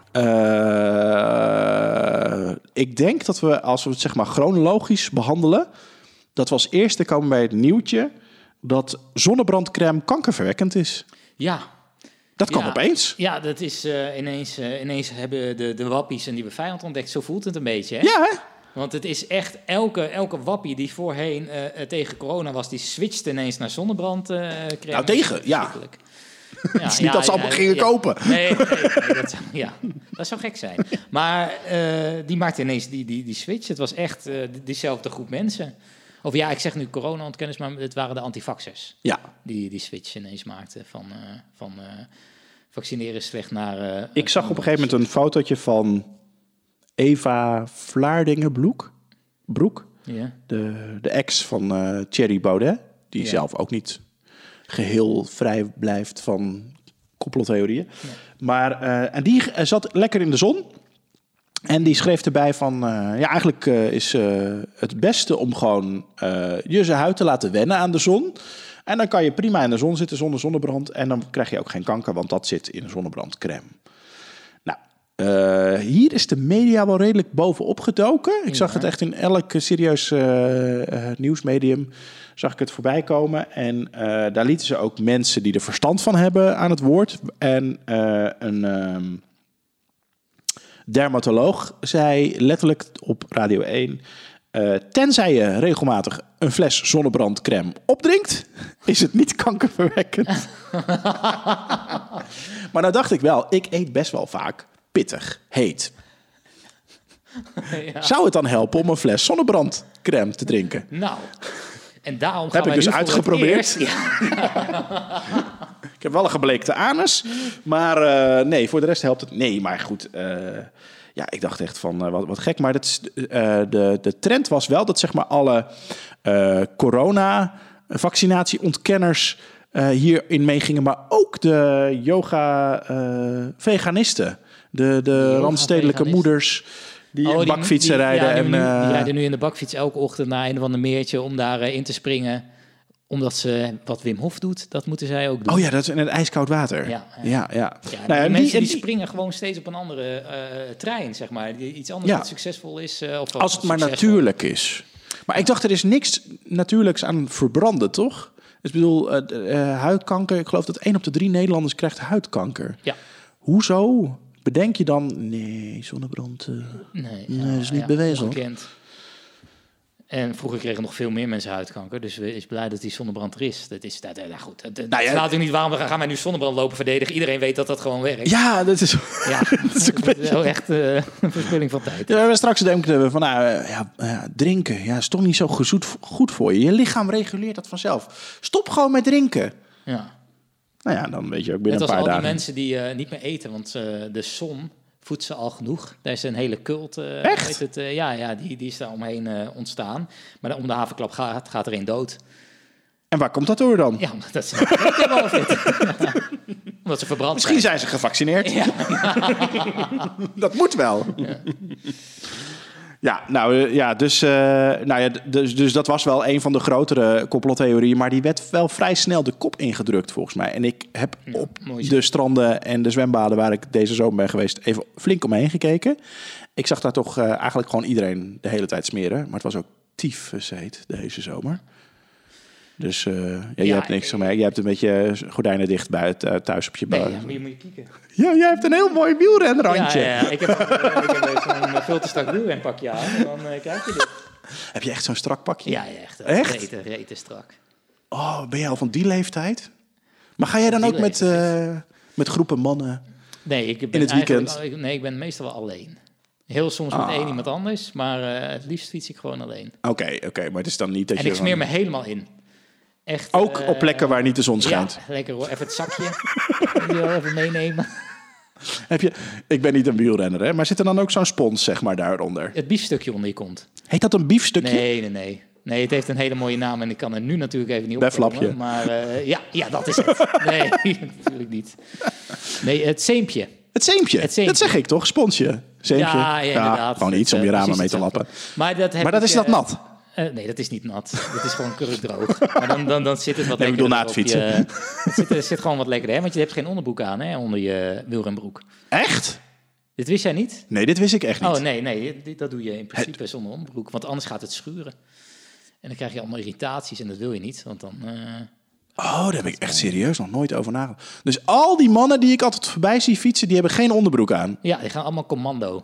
Ik denk dat we, als we het zeg maar chronologisch behandelen, dat we als eerste komen bij het nieuwtje dat zonnebrandcrème kankerverwekkend is. Ja. Dat kan opeens. Ja, dat is ineens hebben de wappies een nieuwe vijand ontdekt. Zo voelt het een beetje, hè? Ja, hè? Want het is echt elke wappie die voorheen tegen corona was, die switcht ineens naar zonnebrandcrème. Nou, tegen, ja. Ja, het is niet dat ze allemaal gingen kopen. Nee, dat zou gek zijn. Maar die maakte ineens die switch. Het was echt diezelfde groep mensen. Of ja, ik zeg nu corona-ontkenners, maar het waren de antivaxers. Ja. Die switch ineens maakten van vaccineren is slecht naar... ik zag op een gegeven moment een fotootje van Eva Vlaardingen-Broek. Ja. De ex van Thierry Baudet. Die zelf ook niet geheel vrij blijft van complottheorieën. Ja. Maar en die zat lekker in de zon. En die schreef erbij van... eigenlijk is het beste om gewoon je huid te laten wennen aan de zon. En dan kan je prima in de zon zitten zonder zonnebrand. En dan krijg je ook geen kanker, want dat zit in een zonnebrandcrème. Nou, hier is de media wel redelijk bovenop gedoken. Ik zag het echt in elk serieus nieuwsmedium zag ik het voorbij komen. En daar lieten ze ook mensen die er verstand van hebben aan het woord. En een dermatoloog zei letterlijk op Radio 1... tenzij je regelmatig een fles zonnebrandcrème opdrinkt, is het niet kankerverwekkend. Maar nou dacht ik wel, ik eet best wel vaak pittig, heet. Ja. Zou het dan helpen om een fles zonnebrandcrème te drinken? Nou, en daarom heb ik dus uitgeprobeerd. Ja. Ik heb wel een gebleekte anus, maar nee, voor de rest helpt het. Nee, maar goed, ik dacht echt van wat gek. Maar de trend was wel dat zeg maar alle corona-vaccinatieontkenners hierin meegingen, maar ook de yoga-veganisten, de randstedelijke moeders die in bakfietsen rijden. Die rijden nu in de bakfiets elke ochtend naar een of ander meertje om daar in te springen. Omdat ze wat Wim Hof doet, dat moeten zij ook doen. Oh ja, dat is in het ijskoud water. Ja. Die mensen die springen gewoon steeds op een andere trein, zeg maar. Iets anders dat succesvol is. Als het maar natuurlijk is. Maar ik dacht, er is niks natuurlijks aan verbranden, toch? Ik bedoel, huidkanker, ik geloof dat 1 op de 3 Nederlanders krijgt huidkanker. Ja. Hoezo bedenk je dan, nee, zonnebrand, dat is niet bewezen. Ongekend. En vroeger kregen nog veel meer mensen huidkanker. Dus we is blij dat die zonnebrand er is. Dat is goed. Dat laat ik niet. Waarom gaan wij nu zonnebrand lopen verdedigen? Iedereen weet dat dat gewoon werkt. Ja, dat is. Ja, dat is wel echt een verspilling van tijd. Ja, we straks denken we van drinken. Ja, is toch niet zo goed voor je. Je lichaam reguleert dat vanzelf. Stop gewoon met drinken. Ja. Nou ja, dan weet je ook binnen een paar dagen. Net als al die mensen die niet meer eten, want de zon voedt ze al genoeg. Daar is een hele cult. Echt? Die is daar omheen ontstaan. Maar om de haverklap gaat er een dood. En waar komt dat door dan? Ja, omdat ze omdat ze verbrand Misschien zijn ze gevaccineerd. Ja. Dat moet wel. Ja. Dus dat was wel een van de grotere complottheorieën. Maar die werd wel vrij snel de kop ingedrukt, volgens mij. En ik heb op de stranden en de zwembaden waar ik deze zomer ben geweest even flink omheen gekeken. Ik zag daar toch eigenlijk gewoon iedereen de hele tijd smeren. Maar het was ook tyfus heet deze zomer. Dus je hebt niks van mij. Je hebt een beetje gordijnen dicht buiten thuis op je baan. Nee, moet je kijken. Ja, jij hebt een heel mooi wielrenrandje. Ja. Ik heb een veel te strak wielrenpakje aan. En dan krijg je dit. Heb je echt zo'n strak pakje? Ja, echt? Rete strak. Oh, ben je al van die leeftijd? Maar ga jij dan ook met groepen mannen in het weekend? Ik ben meestal wel alleen. Heel soms met één iemand anders, maar het liefst fiets ik gewoon alleen. Oké, maar het is dan niet dat en je... En ik smeer me helemaal in. Echt, ook op plekken waar niet de zon schijnt? Ja, lekker hoor. Even het zakje. Die wel even meenemen. Ik ben niet een wielrenner, hè? Maar zit er dan ook zo'n spons, zeg maar, daaronder? Het biefstukje onder je kont. Heet dat een biefstukje? Nee. Nee, het heeft een hele mooie naam en ik kan er nu natuurlijk even niet op komen. Maar ja, dat is het. Nee, natuurlijk niet. Nee, het zeempje. Het zeempje? Dat zeg ik toch? Sponsje? Zeempje? Ja, inderdaad. Gewoon iets om je ramen mee te lappen. Maar dat is dat nat? Nee, dat is niet nat. Dat is gewoon kurkdroog. Maar dan zit het wat Nee, ik bedoel lekkerder na het op fietsen. Het zit gewoon wat lekkerder, hè? Want je hebt geen onderbroek aan, hè? Onder je wielrenbroek. Echt? Dit wist jij niet? Nee, dit wist ik echt niet. Oh, nee. Dat doe je in principe zonder onderbroek. Want anders gaat het schuren. En dan krijg je allemaal irritaties en dat wil je niet. Want dan... Daar heb ik echt serieus nog nooit over nagedacht. Dus al die mannen die ik altijd voorbij zie fietsen, die hebben geen onderbroek aan. Ja, die gaan allemaal commando.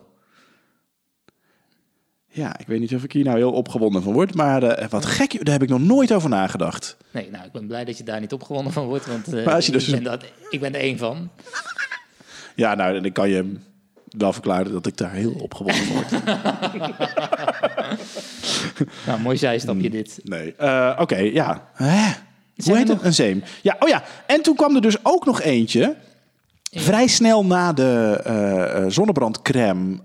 Ja, ik weet niet of ik hier nou heel opgewonden van word. Maar wat gek, daar heb ik nog nooit over nagedacht. Nee, nou, ik ben blij dat je daar niet opgewonden van wordt. Want Maar als je dus... ik ben er één van. Ja, nou, dan kan je wel verklaren dat ik daar heel opgewonden van word. Nou, mooi zijstapje dit. Nee. Oké, ja. Hoe heet het? Een zeem. Ja, oh ja. En toen kwam er dus ook nog eentje. Vrij snel na de zonnebrandcrème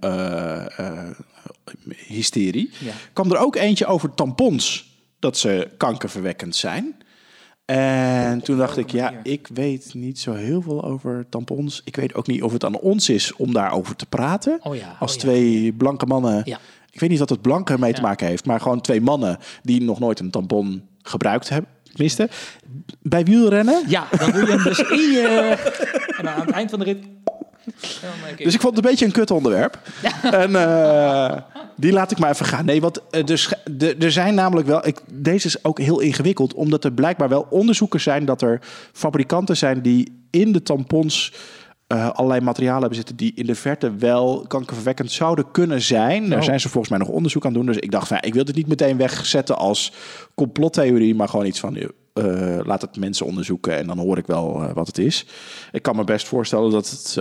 hysterie. Ja. Kwam er ook eentje over tampons. Dat ze kankerverwekkend zijn. En toen dacht ik, ja, ik weet niet zo heel veel over tampons. Ik weet ook niet of het aan ons is om daarover te praten. Als twee blanke mannen. Ja. Ik weet niet wat het blanke mee te maken heeft. Maar gewoon twee mannen die nog nooit een tampon gebruikt hebben. Tenminste, bij wielrennen. Ja, dan doe je hem dus in je... En dan aan het eind van de rit... Dus ik vond het een beetje een kut onderwerp. En die laat ik maar even gaan. Nee, want er zijn namelijk wel... Deze is ook heel ingewikkeld. Omdat er blijkbaar wel onderzoeken zijn... dat er fabrikanten zijn die in de tampons... allerlei materialen hebben zitten... die in de verte wel kankerverwekkend zouden kunnen zijn. Daar zijn ze volgens mij nog onderzoek aan doen. Dus ik dacht, van, ik wil dit niet meteen wegzetten als complottheorie... maar gewoon iets van... laat het mensen onderzoeken en dan hoor ik wel wat het is. Ik kan me best voorstellen dat het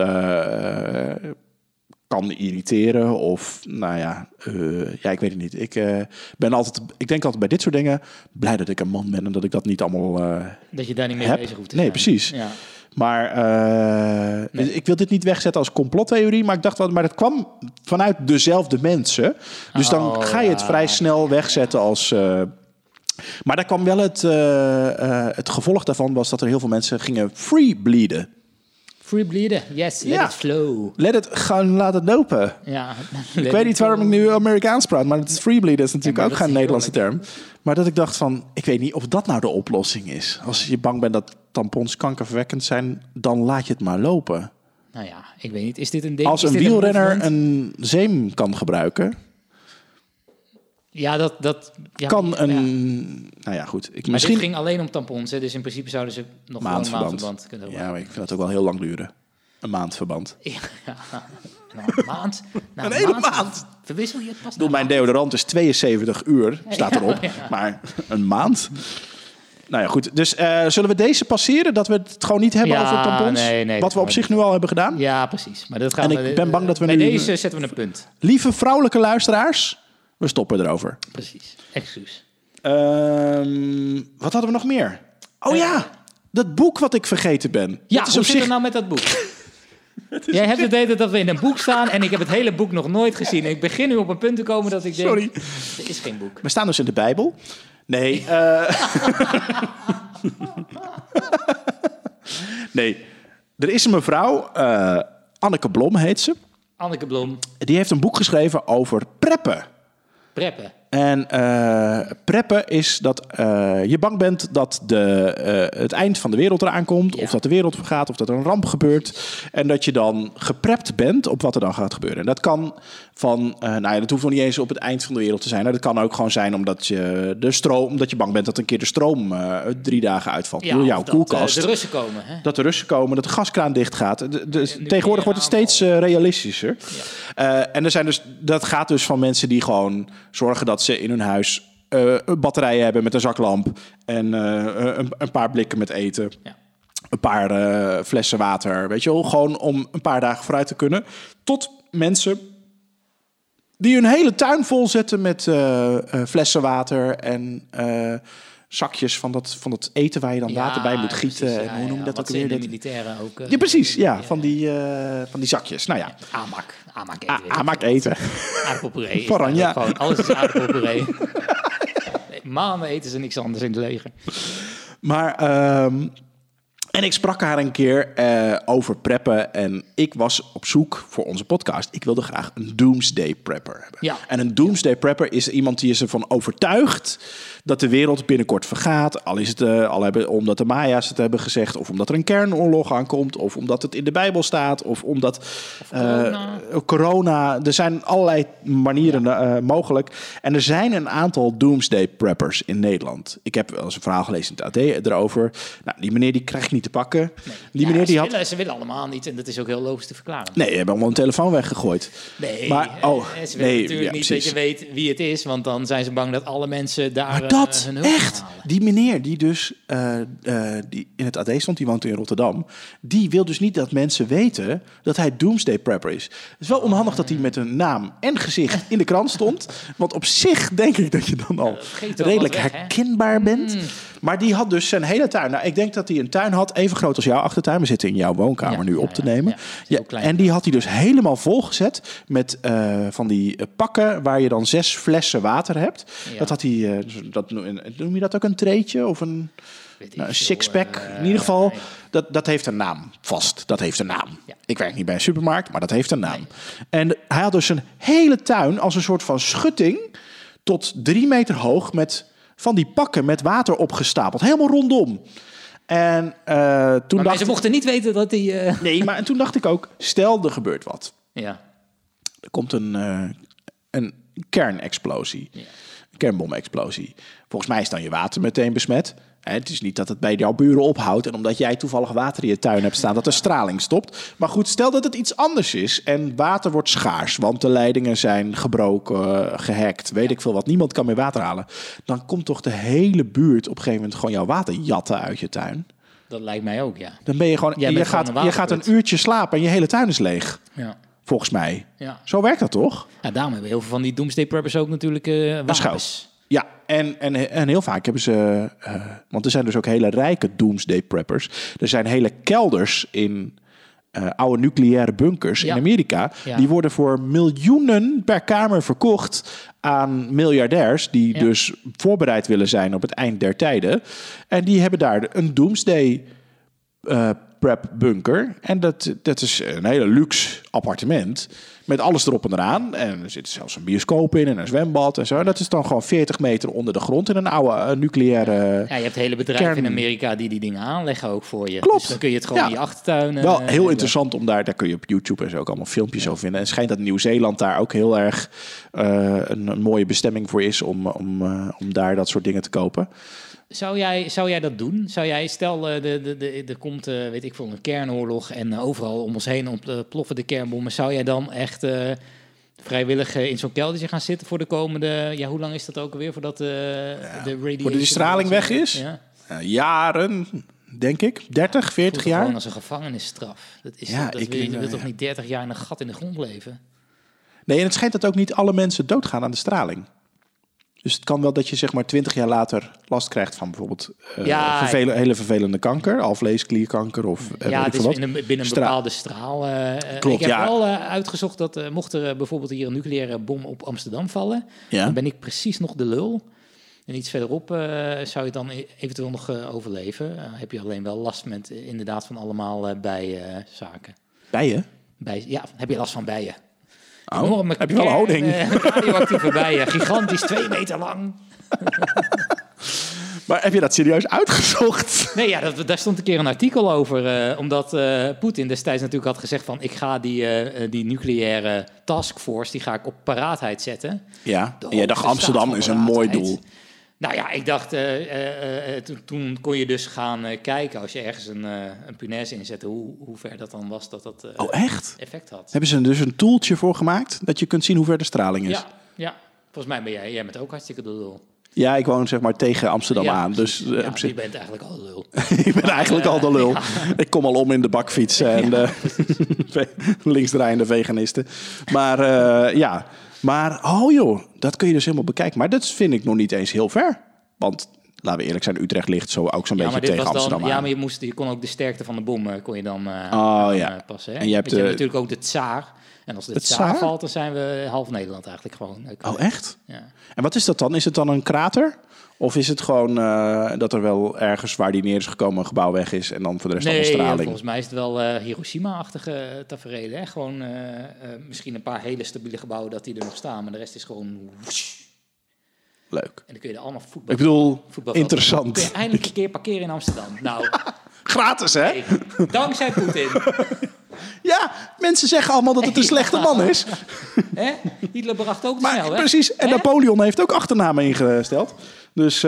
kan irriteren of, nou ja, ik weet het niet. Ik denk altijd bij dit soort dingen blij dat ik een man ben en dat ik dat niet allemaal dat je daar niet mee bezig hoeft te zijn. Nee, precies. Ja. Maar ik wil dit niet wegzetten als complottheorie, maar ik dacht wel, maar dat kwam vanuit dezelfde mensen. Dus dan ga je het vrij snel wegzetten als... Maar daar kwam wel het gevolg daarvan was dat er heel veel mensen gingen free bleeden. Free bleeden, yes, let it flow. Laat het lopen. Ja, ik weet niet waarom ik nu Amerikaans praat, maar het free bleeden is natuurlijk ook geen Nederlandse term. Maar dat ik dacht van, ik weet niet of dat nou de oplossing is. Als je bang bent dat tampons kankerverwekkend zijn, dan laat je het maar lopen. Nou ja, ik weet niet. Is dit een ding? Als een wielrenner een zeem kan gebruiken... Ja, dat kan een... Nou ja, goed. Misschien dit ging alleen om tampons, hè? Dus in principe zouden ze nog gewoon een maandverband kunnen hebben. Ja, maar ik vind dat ook wel heel lang duren. Een maandverband. Ja, nou, een maand. Een hele maand. Verwissel je het pas. Mijn deodorant is 72 uur, staat erop. Ja. Maar een maand... Nou ja, goed. Dus zullen we deze passeren? Dat we het gewoon niet hebben over tampons? Nee, wat we op zich nu al hebben gedaan? Ja, precies. Maar dat gaan ik ben bang dat we bij nu... deze zetten we een punt. Lieve vrouwelijke luisteraars... We stoppen erover. Precies. Excuus. Wat hadden we nog meer? Oh ja, dat boek wat ik vergeten ben. Ja, hoe zit het nou met dat boek? Jij hebt het idee dat we in een boek staan en ik heb het hele boek nog nooit gezien. Ik begin nu op een punt te komen dat ik denk... Sorry. Er is geen boek. We staan dus in de Bijbel. Nee. Nee. Er is een mevrouw, Anneke Blom heet ze. Anneke Blom. Die heeft een boek geschreven over preppen. Preppen. En preppen is dat je bang bent dat het eind van de wereld eraan komt. Ja. Of dat de wereld vergaat, of dat er een ramp gebeurt. En dat je dan geprept bent op wat er dan gaat gebeuren. En dat kan van, dat hoeft nog niet eens op het eind van de wereld te zijn. Dat kan ook gewoon zijn omdat je bang bent dat een keer de stroom 3 dagen uitvalt. Ja, jouw koelkast. De Russen komen. Hè? Dat de Russen komen, dat de gaskraan dicht gaat. Tegenwoordig wordt het steeds realistischer. Ja. En dat gaat dus van mensen die gewoon zorgen dat ze in hun huis batterijen hebben met een zaklamp en een paar blikken met eten. Ja. Een paar flessen water, weet je wel. Gewoon om een paar dagen vooruit te kunnen. Tot mensen die hun hele tuin vol zetten met flessen water en zakjes van dat eten waar je dan water bij moet gieten. Precies, en hoe noem je dat ook weer? De militairen ook. Ja, precies. Ja, van die zakjes. Nou ja. Amak eten. Aardappelpuree. Faranja. Gewoon, alles is aardappelpuree. Maanden eten ze niks anders in het leger. Maar En ik sprak haar een keer over preppen. En ik was op zoek voor onze podcast. Ik wilde graag een doomsday prepper hebben. Ja. En een doomsday prepper is iemand die is ervan overtuigd dat de wereld binnenkort vergaat. Al is het omdat de Maya's het hebben gezegd. Of omdat er een kernoorlog aankomt. Of omdat het in de Bijbel staat. Of omdat corona. Er zijn allerlei manieren mogelijk. En er zijn een aantal doomsday preppers in Nederland. Ik heb wel eens een verhaal gelezen in het AD erover. Nou, die meneer die krijg ik niet te pakken. Nee. Die meneer Ze willen allemaal niet. En dat is ook heel logisch te verklaren. Nee, ze hebben allemaal een telefoon weggegooid. Nee, maar, ze willen natuurlijk niet dat je weet wie het is. Want dan zijn ze bang dat alle mensen daar maar dat, hun hulp echt, halen. die meneer die dus die in het AD stond, die woont in Rotterdam. Die wil dus niet dat mensen weten dat hij doomsday prepper is. Het is wel onhandig dat hij met een naam en gezicht in de krant stond. Want op zich denk ik dat je dan al redelijk herkenbaar bent. Maar die had dus zijn hele tuin. Nou, ik denk dat hij een tuin had, even groot als jouw achtertuin. We zitten in jouw woonkamer nu op te nemen. Ja, en die had hij dus helemaal volgezet met van die pakken waar je dan 6 flessen water hebt. Ja. Dat had hij, noem je dat ook een treetje of een sixpack? In ieder geval, dat heeft een naam vast. Dat heeft een naam. Ja. Ik werk niet bij een supermarkt, maar dat heeft een naam. Nee. En hij had dus een hele tuin als een soort van schutting tot 3 meter hoog met van die pakken met water opgestapeld. Helemaal rondom. En toen maar ze mochten niet weten dat hij... Nee, maar en toen dacht ik ook, stel er gebeurt wat. Ja. Er komt een kernexplosie. Ja. Een kernbomexplosie. Volgens mij is dan je water meteen besmet. Het is niet dat het bij jouw buren ophoudt en omdat jij toevallig water in je tuin hebt staan, dat de straling stopt. Maar goed, stel dat het iets anders is en water wordt schaars, want de leidingen zijn gebroken, gehackt, weet ik veel wat. Niemand kan meer water halen. Dan komt toch de hele buurt op een gegeven moment gewoon jouw water jatten uit je tuin. Dat lijkt mij ook, ja. Dan ben je gewoon, je gaat een uurtje slapen en je hele tuin is leeg. Ja. Volgens mij. Ja. Zo werkt dat toch? Ja, daarom hebben heel veel van die doomsday preppers ook natuurlijk wapens. Ja, en heel vaak hebben ze... want er zijn dus ook hele rijke doomsday preppers. Er zijn hele kelders in oude nucleaire bunkers in Amerika. Ja. Die worden voor miljoenen per kamer verkocht aan miljardairs die dus voorbereid willen zijn op het eind der tijden. En die hebben daar een doomsday prep bunker. En dat is een hele luxe appartement met alles erop en eraan. En er zit zelfs een bioscoop in en een zwembad en zo. En dat is dan gewoon 40 meter onder de grond in een oude nucleaire... Ja, je hebt hele bedrijven in Amerika die dingen aanleggen ook voor je. Klopt. Dus dan kun je het gewoon in je achtertuin... Wel heel interessant om daar kun je op YouTube en zo ook allemaal filmpjes over vinden. En het schijnt dat Nieuw-Zeeland daar ook heel erg een mooie bestemming voor is om daar dat soort dingen te kopen. Zou jij dat doen? Zou jij, stel, er komt, weet ik veel, een kernoorlog en overal om ons heen ploffen de kernbommen. Zou jij dan echt vrijwillig in zo'n keldertje gaan zitten voor de komende... Ja, hoe lang is dat ook alweer voordat de radiation... Voordat die straling weg is? Ja. Jaren, denk ik. 30, 40 jaar. Gewoon als een gevangenisstraf. Je wilt toch niet 30 jaar in een gat in de grond leven? Nee, en het schijnt dat ook niet alle mensen doodgaan aan de straling. Dus het kan wel dat je zeg maar 20 jaar later last krijgt van bijvoorbeeld hele vervelende kanker, alvleesklierkanker of het is binnen een bepaalde straal. Klopt, ik heb wel uitgezocht dat mocht er bijvoorbeeld hier een nucleaire bom op Amsterdam vallen, dan ben ik precies nog de lul. En iets verderop zou je dan eventueel nog overleven. Heb je alleen wel last met inderdaad van allemaal bijenzaken. Bijen? Ja, heb je last van bijen. Heb je wel houding? Radioactieve bijen, gigantisch, 2 meter lang. Maar heb je dat serieus uitgezocht? Nee, ja, daar stond een keer een artikel over. Omdat Poetin destijds natuurlijk had gezegd van... ik ga die nucleaire taskforce, die ga ik op paraatheid zetten. Ja, jij dacht Amsterdam is een mooi doel. Nou ja, ik dacht, toen kon je dus gaan kijken... als je ergens een punaise inzette, hoe ver dat dan was dat echt? Effect had. Hebben ze er dus een tooltje voor gemaakt... dat je kunt zien hoe ver de straling is? Ja. Volgens mij ben jij bent ook hartstikke de lul. Ja, ik woon zeg maar tegen Amsterdam aan. Dus, je bent eigenlijk al de lul. Ik ben eigenlijk al de lul. Ja. Ik kom al om in de bakfiets en de linksdraaiende veganisten. Maar Maar, dat kun je dus helemaal bekijken. Maar dat vind ik nog niet eens heel ver. Want, laten we eerlijk zijn, Utrecht ligt zo ook zo'n beetje tegen Amsterdam aan. Ja, maar je kon ook de sterkte van de bom kon je dan passen. Hè? En je hebt natuurlijk ook de Tsaar. En als de Tsaar valt, dan zijn we half Nederland eigenlijk gewoon. Oh, echt? Ja. En wat is dat dan? Is het dan een krater? Of is het gewoon dat er wel ergens waar die neer is gekomen een gebouw weg is en dan voor de rest allemaal straling? Volgens mij is het wel Hiroshima-achtige tafereel. Hè? Gewoon misschien een paar hele stabiele gebouwen dat die er nog staan, maar de rest is gewoon... Leuk. En dan kun je er allemaal voetbal. Ik bedoel, interessant. Kun je eindelijk een keer parkeren in Amsterdam. Nou, gratis, hè? Hey, dankzij Poetin. Ja, mensen zeggen allemaal dat het een slechte man is. Hè? Hitler bracht ook Maar snel, hè? precies, en Napoleon heeft ook achternamen ingesteld. Dus,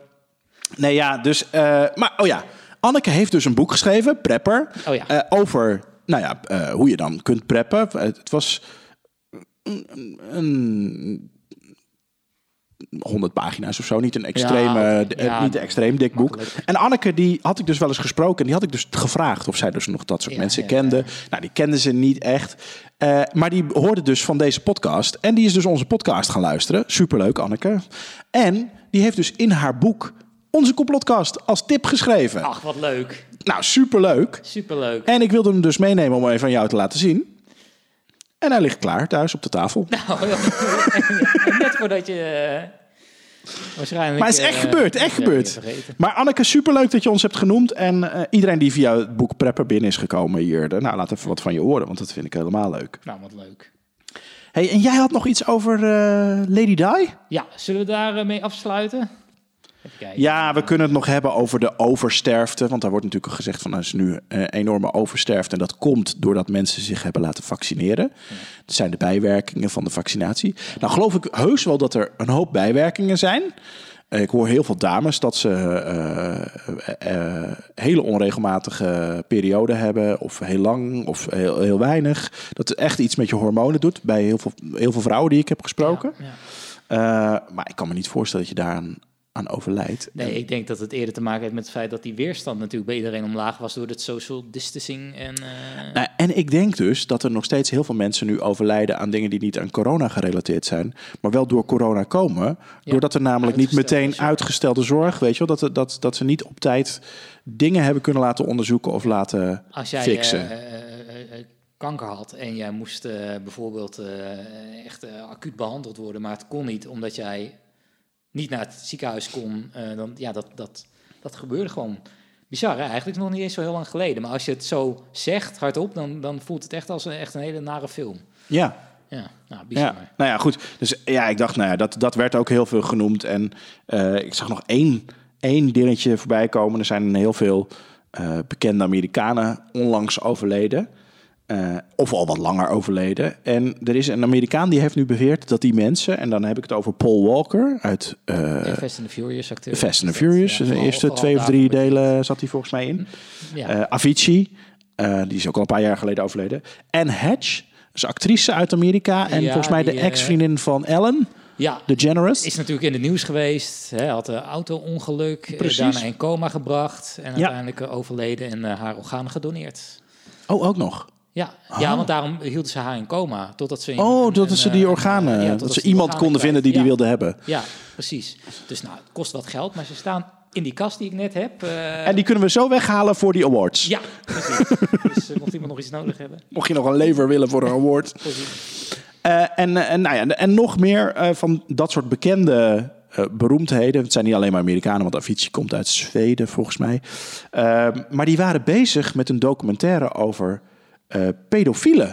Anneke heeft dus een boek geschreven, Prepper, over, hoe je dan kunt preppen. Het was een 100 pagina's of zo, niet een extreem dik boek. Makkelijk. En Anneke, die had ik dus wel eens gesproken en die had ik dus gevraagd of zij dus nog dat soort mensen kende. Nou, die kende ze niet echt. Maar die hoorde dus van deze podcast en die is dus onze podcast gaan luisteren. Superleuk, Anneke. En die heeft dus in haar boek onze complotcast als tip geschreven. Ach, wat leuk. Nou, superleuk. Superleuk. En ik wilde hem dus meenemen om even aan jou te laten zien. En hij ligt klaar thuis op de tafel. Nou, net voordat je waarschijnlijk... Maar het is echt gebeurd. Maar Anneke, superleuk dat je ons hebt genoemd. En iedereen die via het boek Prepper binnen is gekomen hier. Laat even wat van je horen, want dat vind ik helemaal leuk. Nou, wat leuk. Hey, en jij had nog iets over Lady Di? Ja, zullen we daar mee afsluiten? Ja, we kunnen het nog hebben over de oversterfte. Want daar wordt natuurlijk gezegd van er is nu enorme oversterfte. En dat komt doordat mensen zich hebben laten vaccineren. Ja. Dat zijn de bijwerkingen van de vaccinatie. Nou geloof ik heus wel dat er een hoop bijwerkingen zijn. Ik hoor heel veel dames dat ze hele onregelmatige perioden hebben. Of heel lang, of heel weinig. Dat het echt iets met je hormonen doet. Bij heel veel vrouwen die ik heb gesproken. Ja. Maar ik kan me niet voorstellen dat je daar aan overlijdt. Nee, ik denk dat het eerder te maken heeft met het feit dat die weerstand natuurlijk bij iedereen omlaag was door het social distancing. En ik denk dus dat er nog steeds heel veel mensen nu overlijden aan dingen die niet aan corona gerelateerd zijn, maar wel door corona komen. Ja, doordat er namelijk niet meteen uitgestelde zorg, weet je wel, dat ze niet op tijd dingen hebben kunnen laten onderzoeken of laten fixen. Als jij kanker had en jij moest bijvoorbeeld echt acuut behandeld worden, maar het kon niet omdat jij niet naar het ziekenhuis kon, dat gebeurde gewoon. Bizar, hè? Eigenlijk nog niet eens zo heel lang geleden. Maar als je het zo zegt, hardop, dan voelt het echt als een hele nare film. Ja. Ja, nou, bizar. Ja. Nou ja, goed. Dus ja, ik dacht, dat werd ook heel veel genoemd. En ik zag nog één dingetje voorbij komen. Er zijn heel veel bekende Amerikanen onlangs overleden. Of al wat langer overleden. En er is een Amerikaan die heeft nu beweerd dat die mensen, en dan heb ik het over Paul Walker uit Fast and the Furious acteur. Fast and the Furious, de eerste 2 of 3 delen zat hij volgens mij in. Ja. Avicii, die is ook al een paar jaar geleden overleden. Anne Hatch, is actrice uit Amerika en volgens mij de ex-vriendin van Ellen. Ja, DeGeneres. Is natuurlijk in het nieuws geweest. Hè, had een auto-ongeluk, daarna in coma gebracht en uiteindelijk overleden en haar organen gedoneerd. Oh, ook nog? Ja, want daarom hielden ze haar in coma. Totdat ze ze die organen... dat ze iemand konden vinden die wilde hebben. Ja, precies. Dus het kost wat geld, maar ze staan in die kast die ik net heb. En die kunnen we zo weghalen voor die awards. Ja, precies. Dus mocht iemand nog iets nodig hebben. Mocht je nog een lever willen voor een award. Precies. En nog meer van dat soort bekende beroemdheden. Het zijn niet alleen maar Amerikanen, want Avicii komt uit Zweden volgens mij. Maar die waren bezig met een documentaire over pedofielen.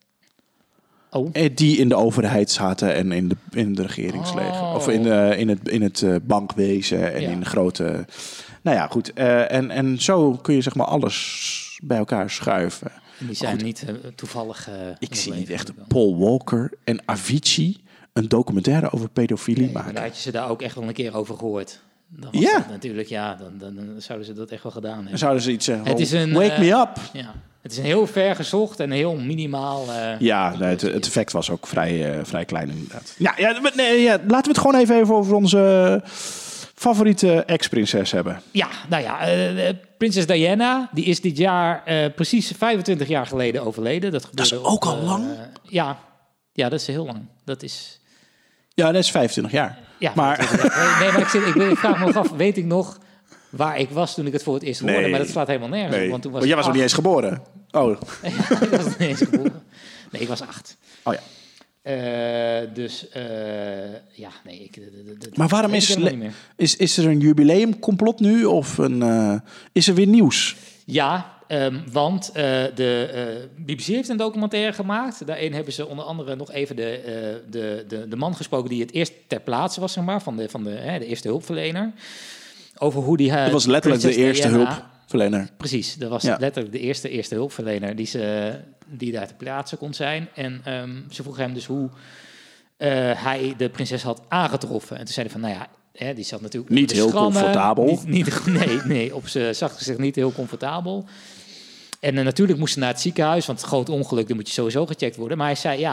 Die in de overheid zaten en in de regeringsleger. Of in het bankwezen en in grote... Nou ja, goed. En zo kun je zeg maar alles bij elkaar schuiven. En die zijn niet toevallig... ik zie niet echt Paul Walker en Avicii een documentaire over pedofilie maken. Dan had je ze daar ook echt wel een keer over gehoord. Dan was dat natuurlijk, dan zouden ze dat echt wel gedaan hebben. Dan zouden ze iets zeggen, wake me up. Ja. Het is een heel ver gezocht en heel minimaal... het effect was ook vrij klein inderdaad. Laten we het gewoon even over onze favoriete ex-prinses hebben. Ja, prinses Diana, die is dit jaar precies 25 jaar geleden overleden. Dat is ook al lang? Ja, dat is heel lang. Dat is... Ja, dat is 25 jaar. Ja, maar ik vraag me nog af, weet ik nog waar ik was toen ik het voor het eerst hoorde? Maar dat slaat helemaal nergens op. Want toen was nog niet eens geboren. Oh. Ik was nog niet eens geboren. Nee, ik was 8. Oh ja. Maar waarom is er een jubileumcomplot nu? Of is er weer nieuws? Ja, want de BBC heeft een documentaire gemaakt. Daarin hebben ze onder andere nog even de man gesproken die het eerst ter plaatse was, zeg maar, van de eerste hulpverlener. Over hoe die... dat was letterlijk de eerste hulpverlener. Precies, dat was letterlijk de eerste hulpverlener die daar ter plaatse kon zijn. En ze vroegen hem dus hoe hij de prinses had aangetroffen. En toen zei hij van, nou ja, die zat natuurlijk... Niet heel comfortabel. Nee, op zijn zacht gezegd niet heel comfortabel. En natuurlijk moest ze naar het ziekenhuis, want het groot ongeluk, dan moet je sowieso gecheckt worden. Maar hij zei,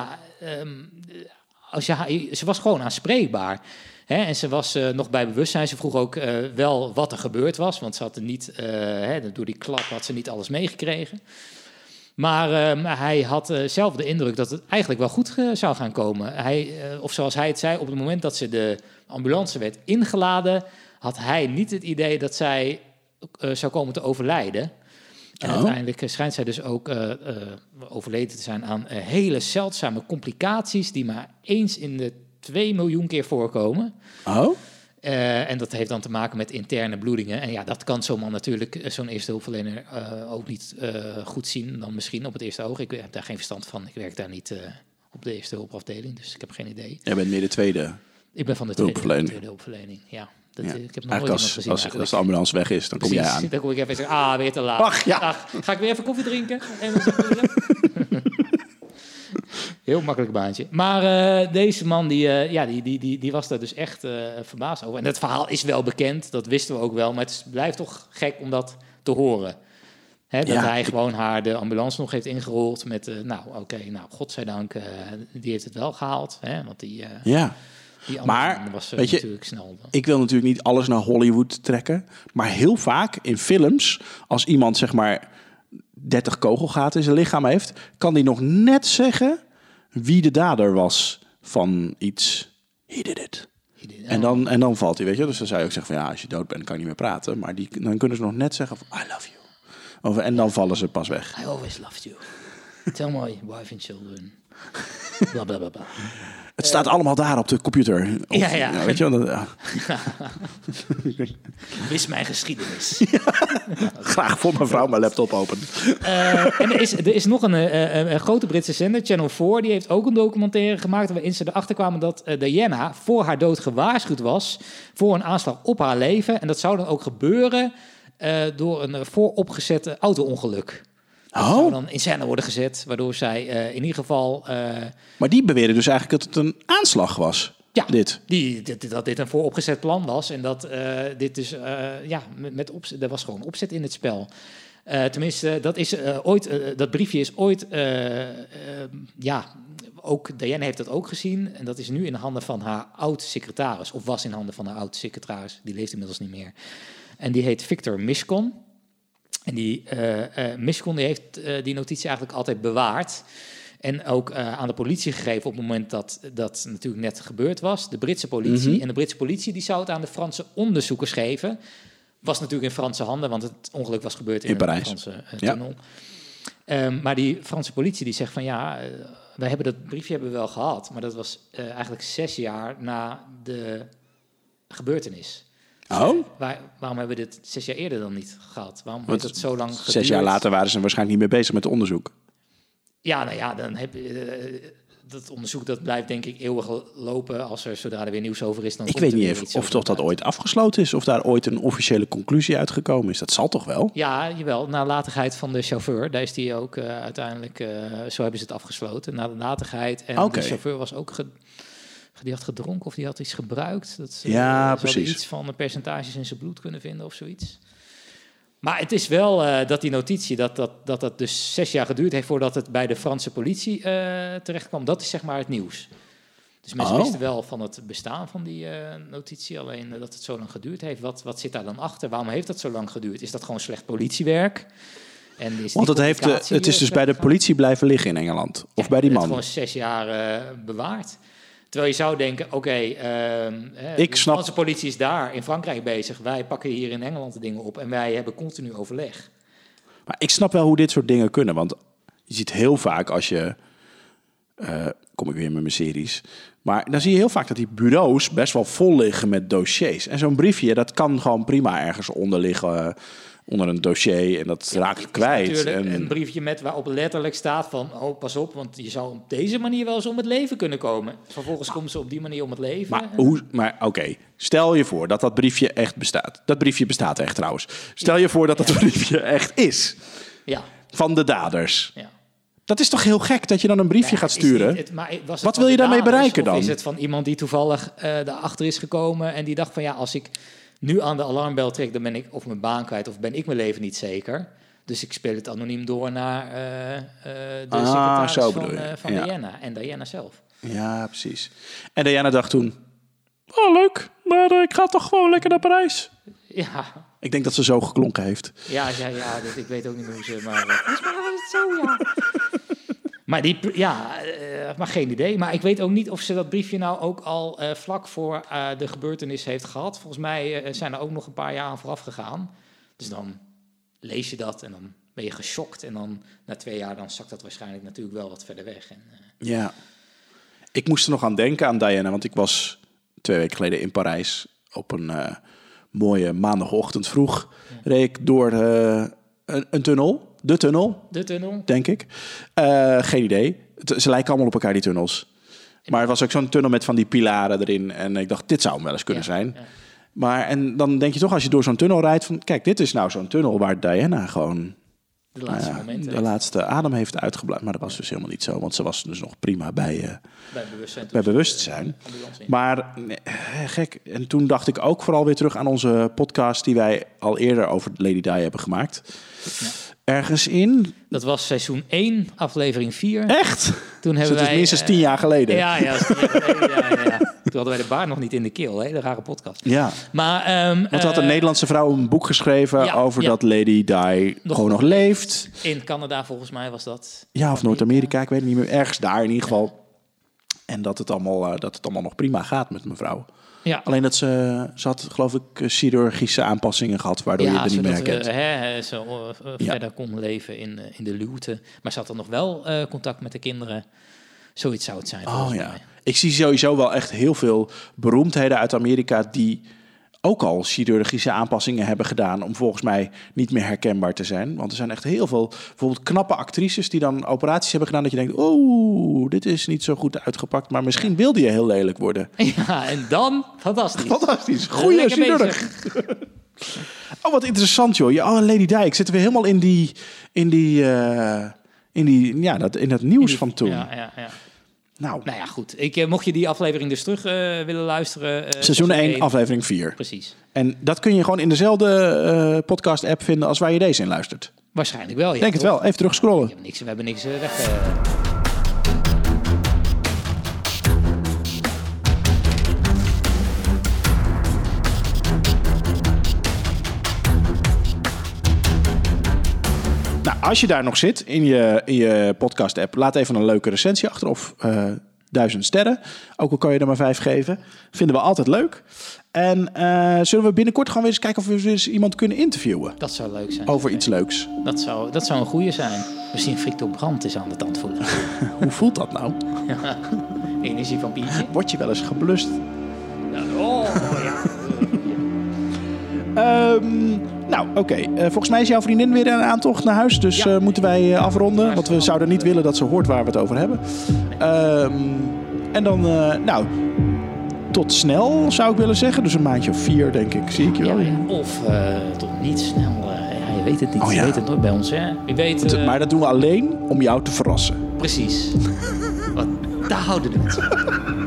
ze was gewoon aanspreekbaar. Hè? En ze was nog bij bewustzijn. Ze vroeg ook wel wat er gebeurd was, want ze had niet, door die klap had ze niet alles meegekregen. Maar hij had zelf de indruk dat het eigenlijk wel goed zou gaan komen. Of zoals hij het zei, op het moment dat ze de ambulance werd ingeladen, had hij niet het idee dat zij zou komen te overlijden. En uiteindelijk schijnt zij dus ook overleden te zijn aan hele zeldzame complicaties die maar eens in de 2 miljoen keer voorkomen. En dat heeft dan te maken met interne bloedingen. En ja, dat kan zo'n man natuurlijk, zo'n eerste hulpverlener, ook niet goed zien dan misschien op het eerste oog. Ik heb daar geen verstand van. Ik werk daar niet op de eerste hulpafdeling, dus ik heb geen idee. Jij bent meer de tweede. Ik ben van de tweede hulpverlening, ja. Ik heb nog nooit gezien. Als de ambulance weg is, dan kom jij aan. Dan kom ik even en zeg, weer te laat. Ga ik weer even koffie drinken? En heel makkelijk baantje. Maar deze man, die was daar dus echt verbaasd over. En het verhaal is wel bekend, dat wisten we ook wel. Maar het blijft toch gek om dat te horen. Dat hij gewoon haar de ambulance nog heeft ingerold met... godzijdank, die heeft het wel gehaald. Want die... Maar, was weet je, natuurlijk snel. Ik wil natuurlijk niet alles naar Hollywood trekken. Maar heel vaak in films, als iemand zeg maar 30 kogelgaten in zijn lichaam heeft, kan die nog net zeggen wie de dader was van iets. He did it. En dan valt hij, weet je. Dus dan zou je ook zeggen van als je dood bent, kan je niet meer praten. Maar dan kunnen ze nog net zeggen van I love you. En dan vallen ze pas weg. I always loved you. Tell my wife and children. Bla, bla, bla, bla. Het staat allemaal daar op de computer. Weet je wel? Wis mijn geschiedenis. Graag voor mijn vrouw mijn laptop open. En er is nog een grote Britse zender, Channel 4, die heeft ook een documentaire gemaakt waarin ze erachter kwamen dat Diana voor haar dood gewaarschuwd was voor een aanslag op haar leven. En dat zou dan ook gebeuren door een vooropgezet auto-ongeluk. Dat zou dan in scène worden gezet, waardoor zij in ieder geval... Maar die beweren dus eigenlijk dat het een aanslag was. Ja, dat dit een vooropgezet plan was. En dat dit dus, er was gewoon opzet in het spel. Tenminste, dat briefje is ooit... ook Diana heeft dat ook gezien. En dat is nu in de handen van haar oud-secretaris. Of was in handen van haar oud-secretaris. Die leeft inmiddels niet meer. En die heet Victor Miscon. En die Miscon die heeft die notitie eigenlijk altijd bewaard. En ook aan de politie gegeven op het moment dat dat natuurlijk net gebeurd was. De Britse politie. Mm-hmm. En de Britse politie die zou het aan de Franse onderzoekers geven. Was natuurlijk in Franse handen, want het ongeluk was gebeurd in Parijs. Een Franse tunnel. Ja. Maar die Franse politie die zegt van wij hebben dat briefje wel gehad. Maar dat was eigenlijk 6 jaar na de gebeurtenis. Waarom hebben we dit 6 jaar eerder dan niet gehad? Waarom heeft het zo lang geduurd? 6 jaar later waren ze waarschijnlijk niet meer bezig met het onderzoek. Ja, dan heb je dat onderzoek dat blijft denk ik eeuwig lopen. Zodra er weer nieuws over is, dan ik weet niet even of toch dat ooit afgesloten is, of daar ooit een officiële conclusie uitgekomen is. Dat zal toch wel? Ja, jawel. Nalatigheid van de chauffeur, daar is die ook uiteindelijk. Zo hebben ze het afgesloten. Nalatigheid en de chauffeur was ook die had gedronken of die had iets gebruikt. Precies. Iets van de percentages in zijn bloed kunnen vinden of zoiets. Maar het is wel dat die notitie, dat dus 6 jaar geduurd heeft voordat het bij de Franse politie terecht kwam. Dat is zeg maar het nieuws. Dus mensen wisten wel van het bestaan van die notitie, alleen dat het zo lang geduurd heeft. Wat zit daar dan achter? Waarom heeft dat zo lang geduurd? Is dat gewoon slecht politiewerk? Want het is dus bij de politie blijven liggen in Engeland? Of bij die man? Het gewoon 6 jaar bewaard. Terwijl je zou denken, de Franse politie is daar in Frankrijk bezig. Wij pakken hier in Engeland de dingen op en wij hebben continu overleg. Maar ik snap wel hoe dit soort dingen kunnen. Want je ziet heel vaak als je kom ik weer met mijn series. Maar dan zie je heel vaak dat die bureaus best wel vol liggen met dossiers. En zo'n briefje, dat kan gewoon prima ergens onder liggen, onder een dossier. En dat raak je kwijt. Natuurlijk en... een briefje met waarop letterlijk staat van... oh, pas op, want je zou op deze manier wel eens om het leven kunnen komen. Vervolgens komt ze op die manier om het leven. Maar oké, stel je voor dat briefje echt bestaat. Dat briefje bestaat echt trouwens. Stel je voor dat briefje echt is. Ja. Van de daders. Ja. Dat is toch heel gek dat je dan een briefje gaat sturen? Wat wil je daarmee daarmee bereiken dan? Of is het van iemand die toevallig daarachter is gekomen... en die dacht van als ik nu aan de alarmbel trek... dan ben ik of mijn baan kwijt of ben ik mijn leven niet zeker. Dus ik speel het anoniem door naar de secretaris van Diana en Diana zelf. Ja, precies. En Diana dacht toen... oh, leuk, maar ik ga toch gewoon lekker naar Parijs. Ja. Ik denk dat ze zo geklonken heeft. Ja, ik weet ook niet hoe ze... Maar volgens mij was het zo, ja. Maar geen idee. Maar ik weet ook niet of ze dat briefje nou ook al vlak voor de gebeurtenis heeft gehad. Volgens mij zijn er ook nog een paar jaar aan vooraf gegaan. Dus dan lees je dat en dan ben je geschokt. En dan na 2 jaar dan zakt dat waarschijnlijk natuurlijk wel wat verder weg. Ja. Ik moest er nog aan denken aan Diana, want ik was 2 weken geleden in Parijs op een mooie maandagochtend vroeg. Reed ik door een tunnel. De tunnel, denk ik. Geen idee. Ze lijken allemaal op elkaar, die tunnels. Maar het was ook zo'n tunnel met van die pilaren erin. En ik dacht, dit zou hem wel eens kunnen zijn. Ja. Maar en dan denk je toch, als je door zo'n tunnel rijdt... van kijk, dit is nou zo'n tunnel waar Diana gewoon... de laatste adem heeft uitgeblazen. Maar dat was dus helemaal niet zo. Want ze was dus nog prima bij bewustzijn. Maar gek. En toen dacht ik ook vooral weer terug aan onze podcast... die wij al eerder over Lady Di hebben gemaakt. Ja. Ergens in... Dat was seizoen 1, aflevering 4. Echt? Toen hebben wij... Dat is minstens 10 jaar geleden. Ja, dat is 10 jaar geleden. Ja. Toen hadden wij de baard nog niet in de keel, hè? De rare podcast. Ja. Maar, want had een Nederlandse vrouw een boek geschreven... over dat Lady Di gewoon nog leeft. In Canada, volgens mij, was dat. Ja, of Noord-Amerika, ik weet het niet meer. Ergens daar in ieder geval. En dat het allemaal nog prima gaat met mevrouw. Ja. Alleen dat ze had, geloof ik, chirurgische aanpassingen gehad... waardoor je er niet meer herkent. Ze verder kon leven in de luwte. Maar ze had dan nog wel contact met de kinderen. Zoiets zou het zijn, volgens mij. Ik zie sowieso wel echt heel veel beroemdheden uit Amerika... die ook al chirurgische aanpassingen hebben gedaan... om volgens mij niet meer herkenbaar te zijn. Want er zijn echt heel veel, bijvoorbeeld knappe actrices... die dan operaties hebben gedaan dat je denkt... oh, dit is niet zo goed uitgepakt... maar misschien wilde je heel lelijk worden. Ja, en dan fantastisch. Goeie chirurg. Oh, wat interessant, joh. Lady Di, ik zit weer helemaal in dat nieuws van toen. Ja. Nou ja, goed. Mocht je die aflevering dus terug willen luisteren... Seizoen 1, aflevering 4. Precies. En dat kun je gewoon in dezelfde podcast-app vinden... als waar je deze in luistert. Waarschijnlijk wel, ja. Denk het wel. Even terug scrollen. We hebben niks weg... Nou, als je daar nog zit in je podcast-app... laat even een leuke recensie achter of 1000 sterren. Ook al kan je er maar 5 geven. Vinden we altijd leuk. En zullen we binnenkort gewoon weer eens kijken... of we weer eens iemand kunnen interviewen? Dat zou leuk zijn. Over iets leuks. Dat zou een goeie zijn. Misschien Victor Brandt is aan de tand voelen. Hoe voelt dat nou? Energie van Pietje. Word je wel eens geblust? Ja. Oké. Volgens mij is jouw vriendin weer een aantocht naar huis. Dus moeten wij afronden. Want we zouden niet willen dat ze hoort waar we het over hebben. En dan, tot snel zou ik willen zeggen. Dus een maandje of 4, denk ik. Zie ik je wel. Of tot niet snel. Je weet het niet. Je weet het nooit bij ons, hè? Je weet, maar dat doen we alleen om jou te verrassen. Precies. Daar houden we het.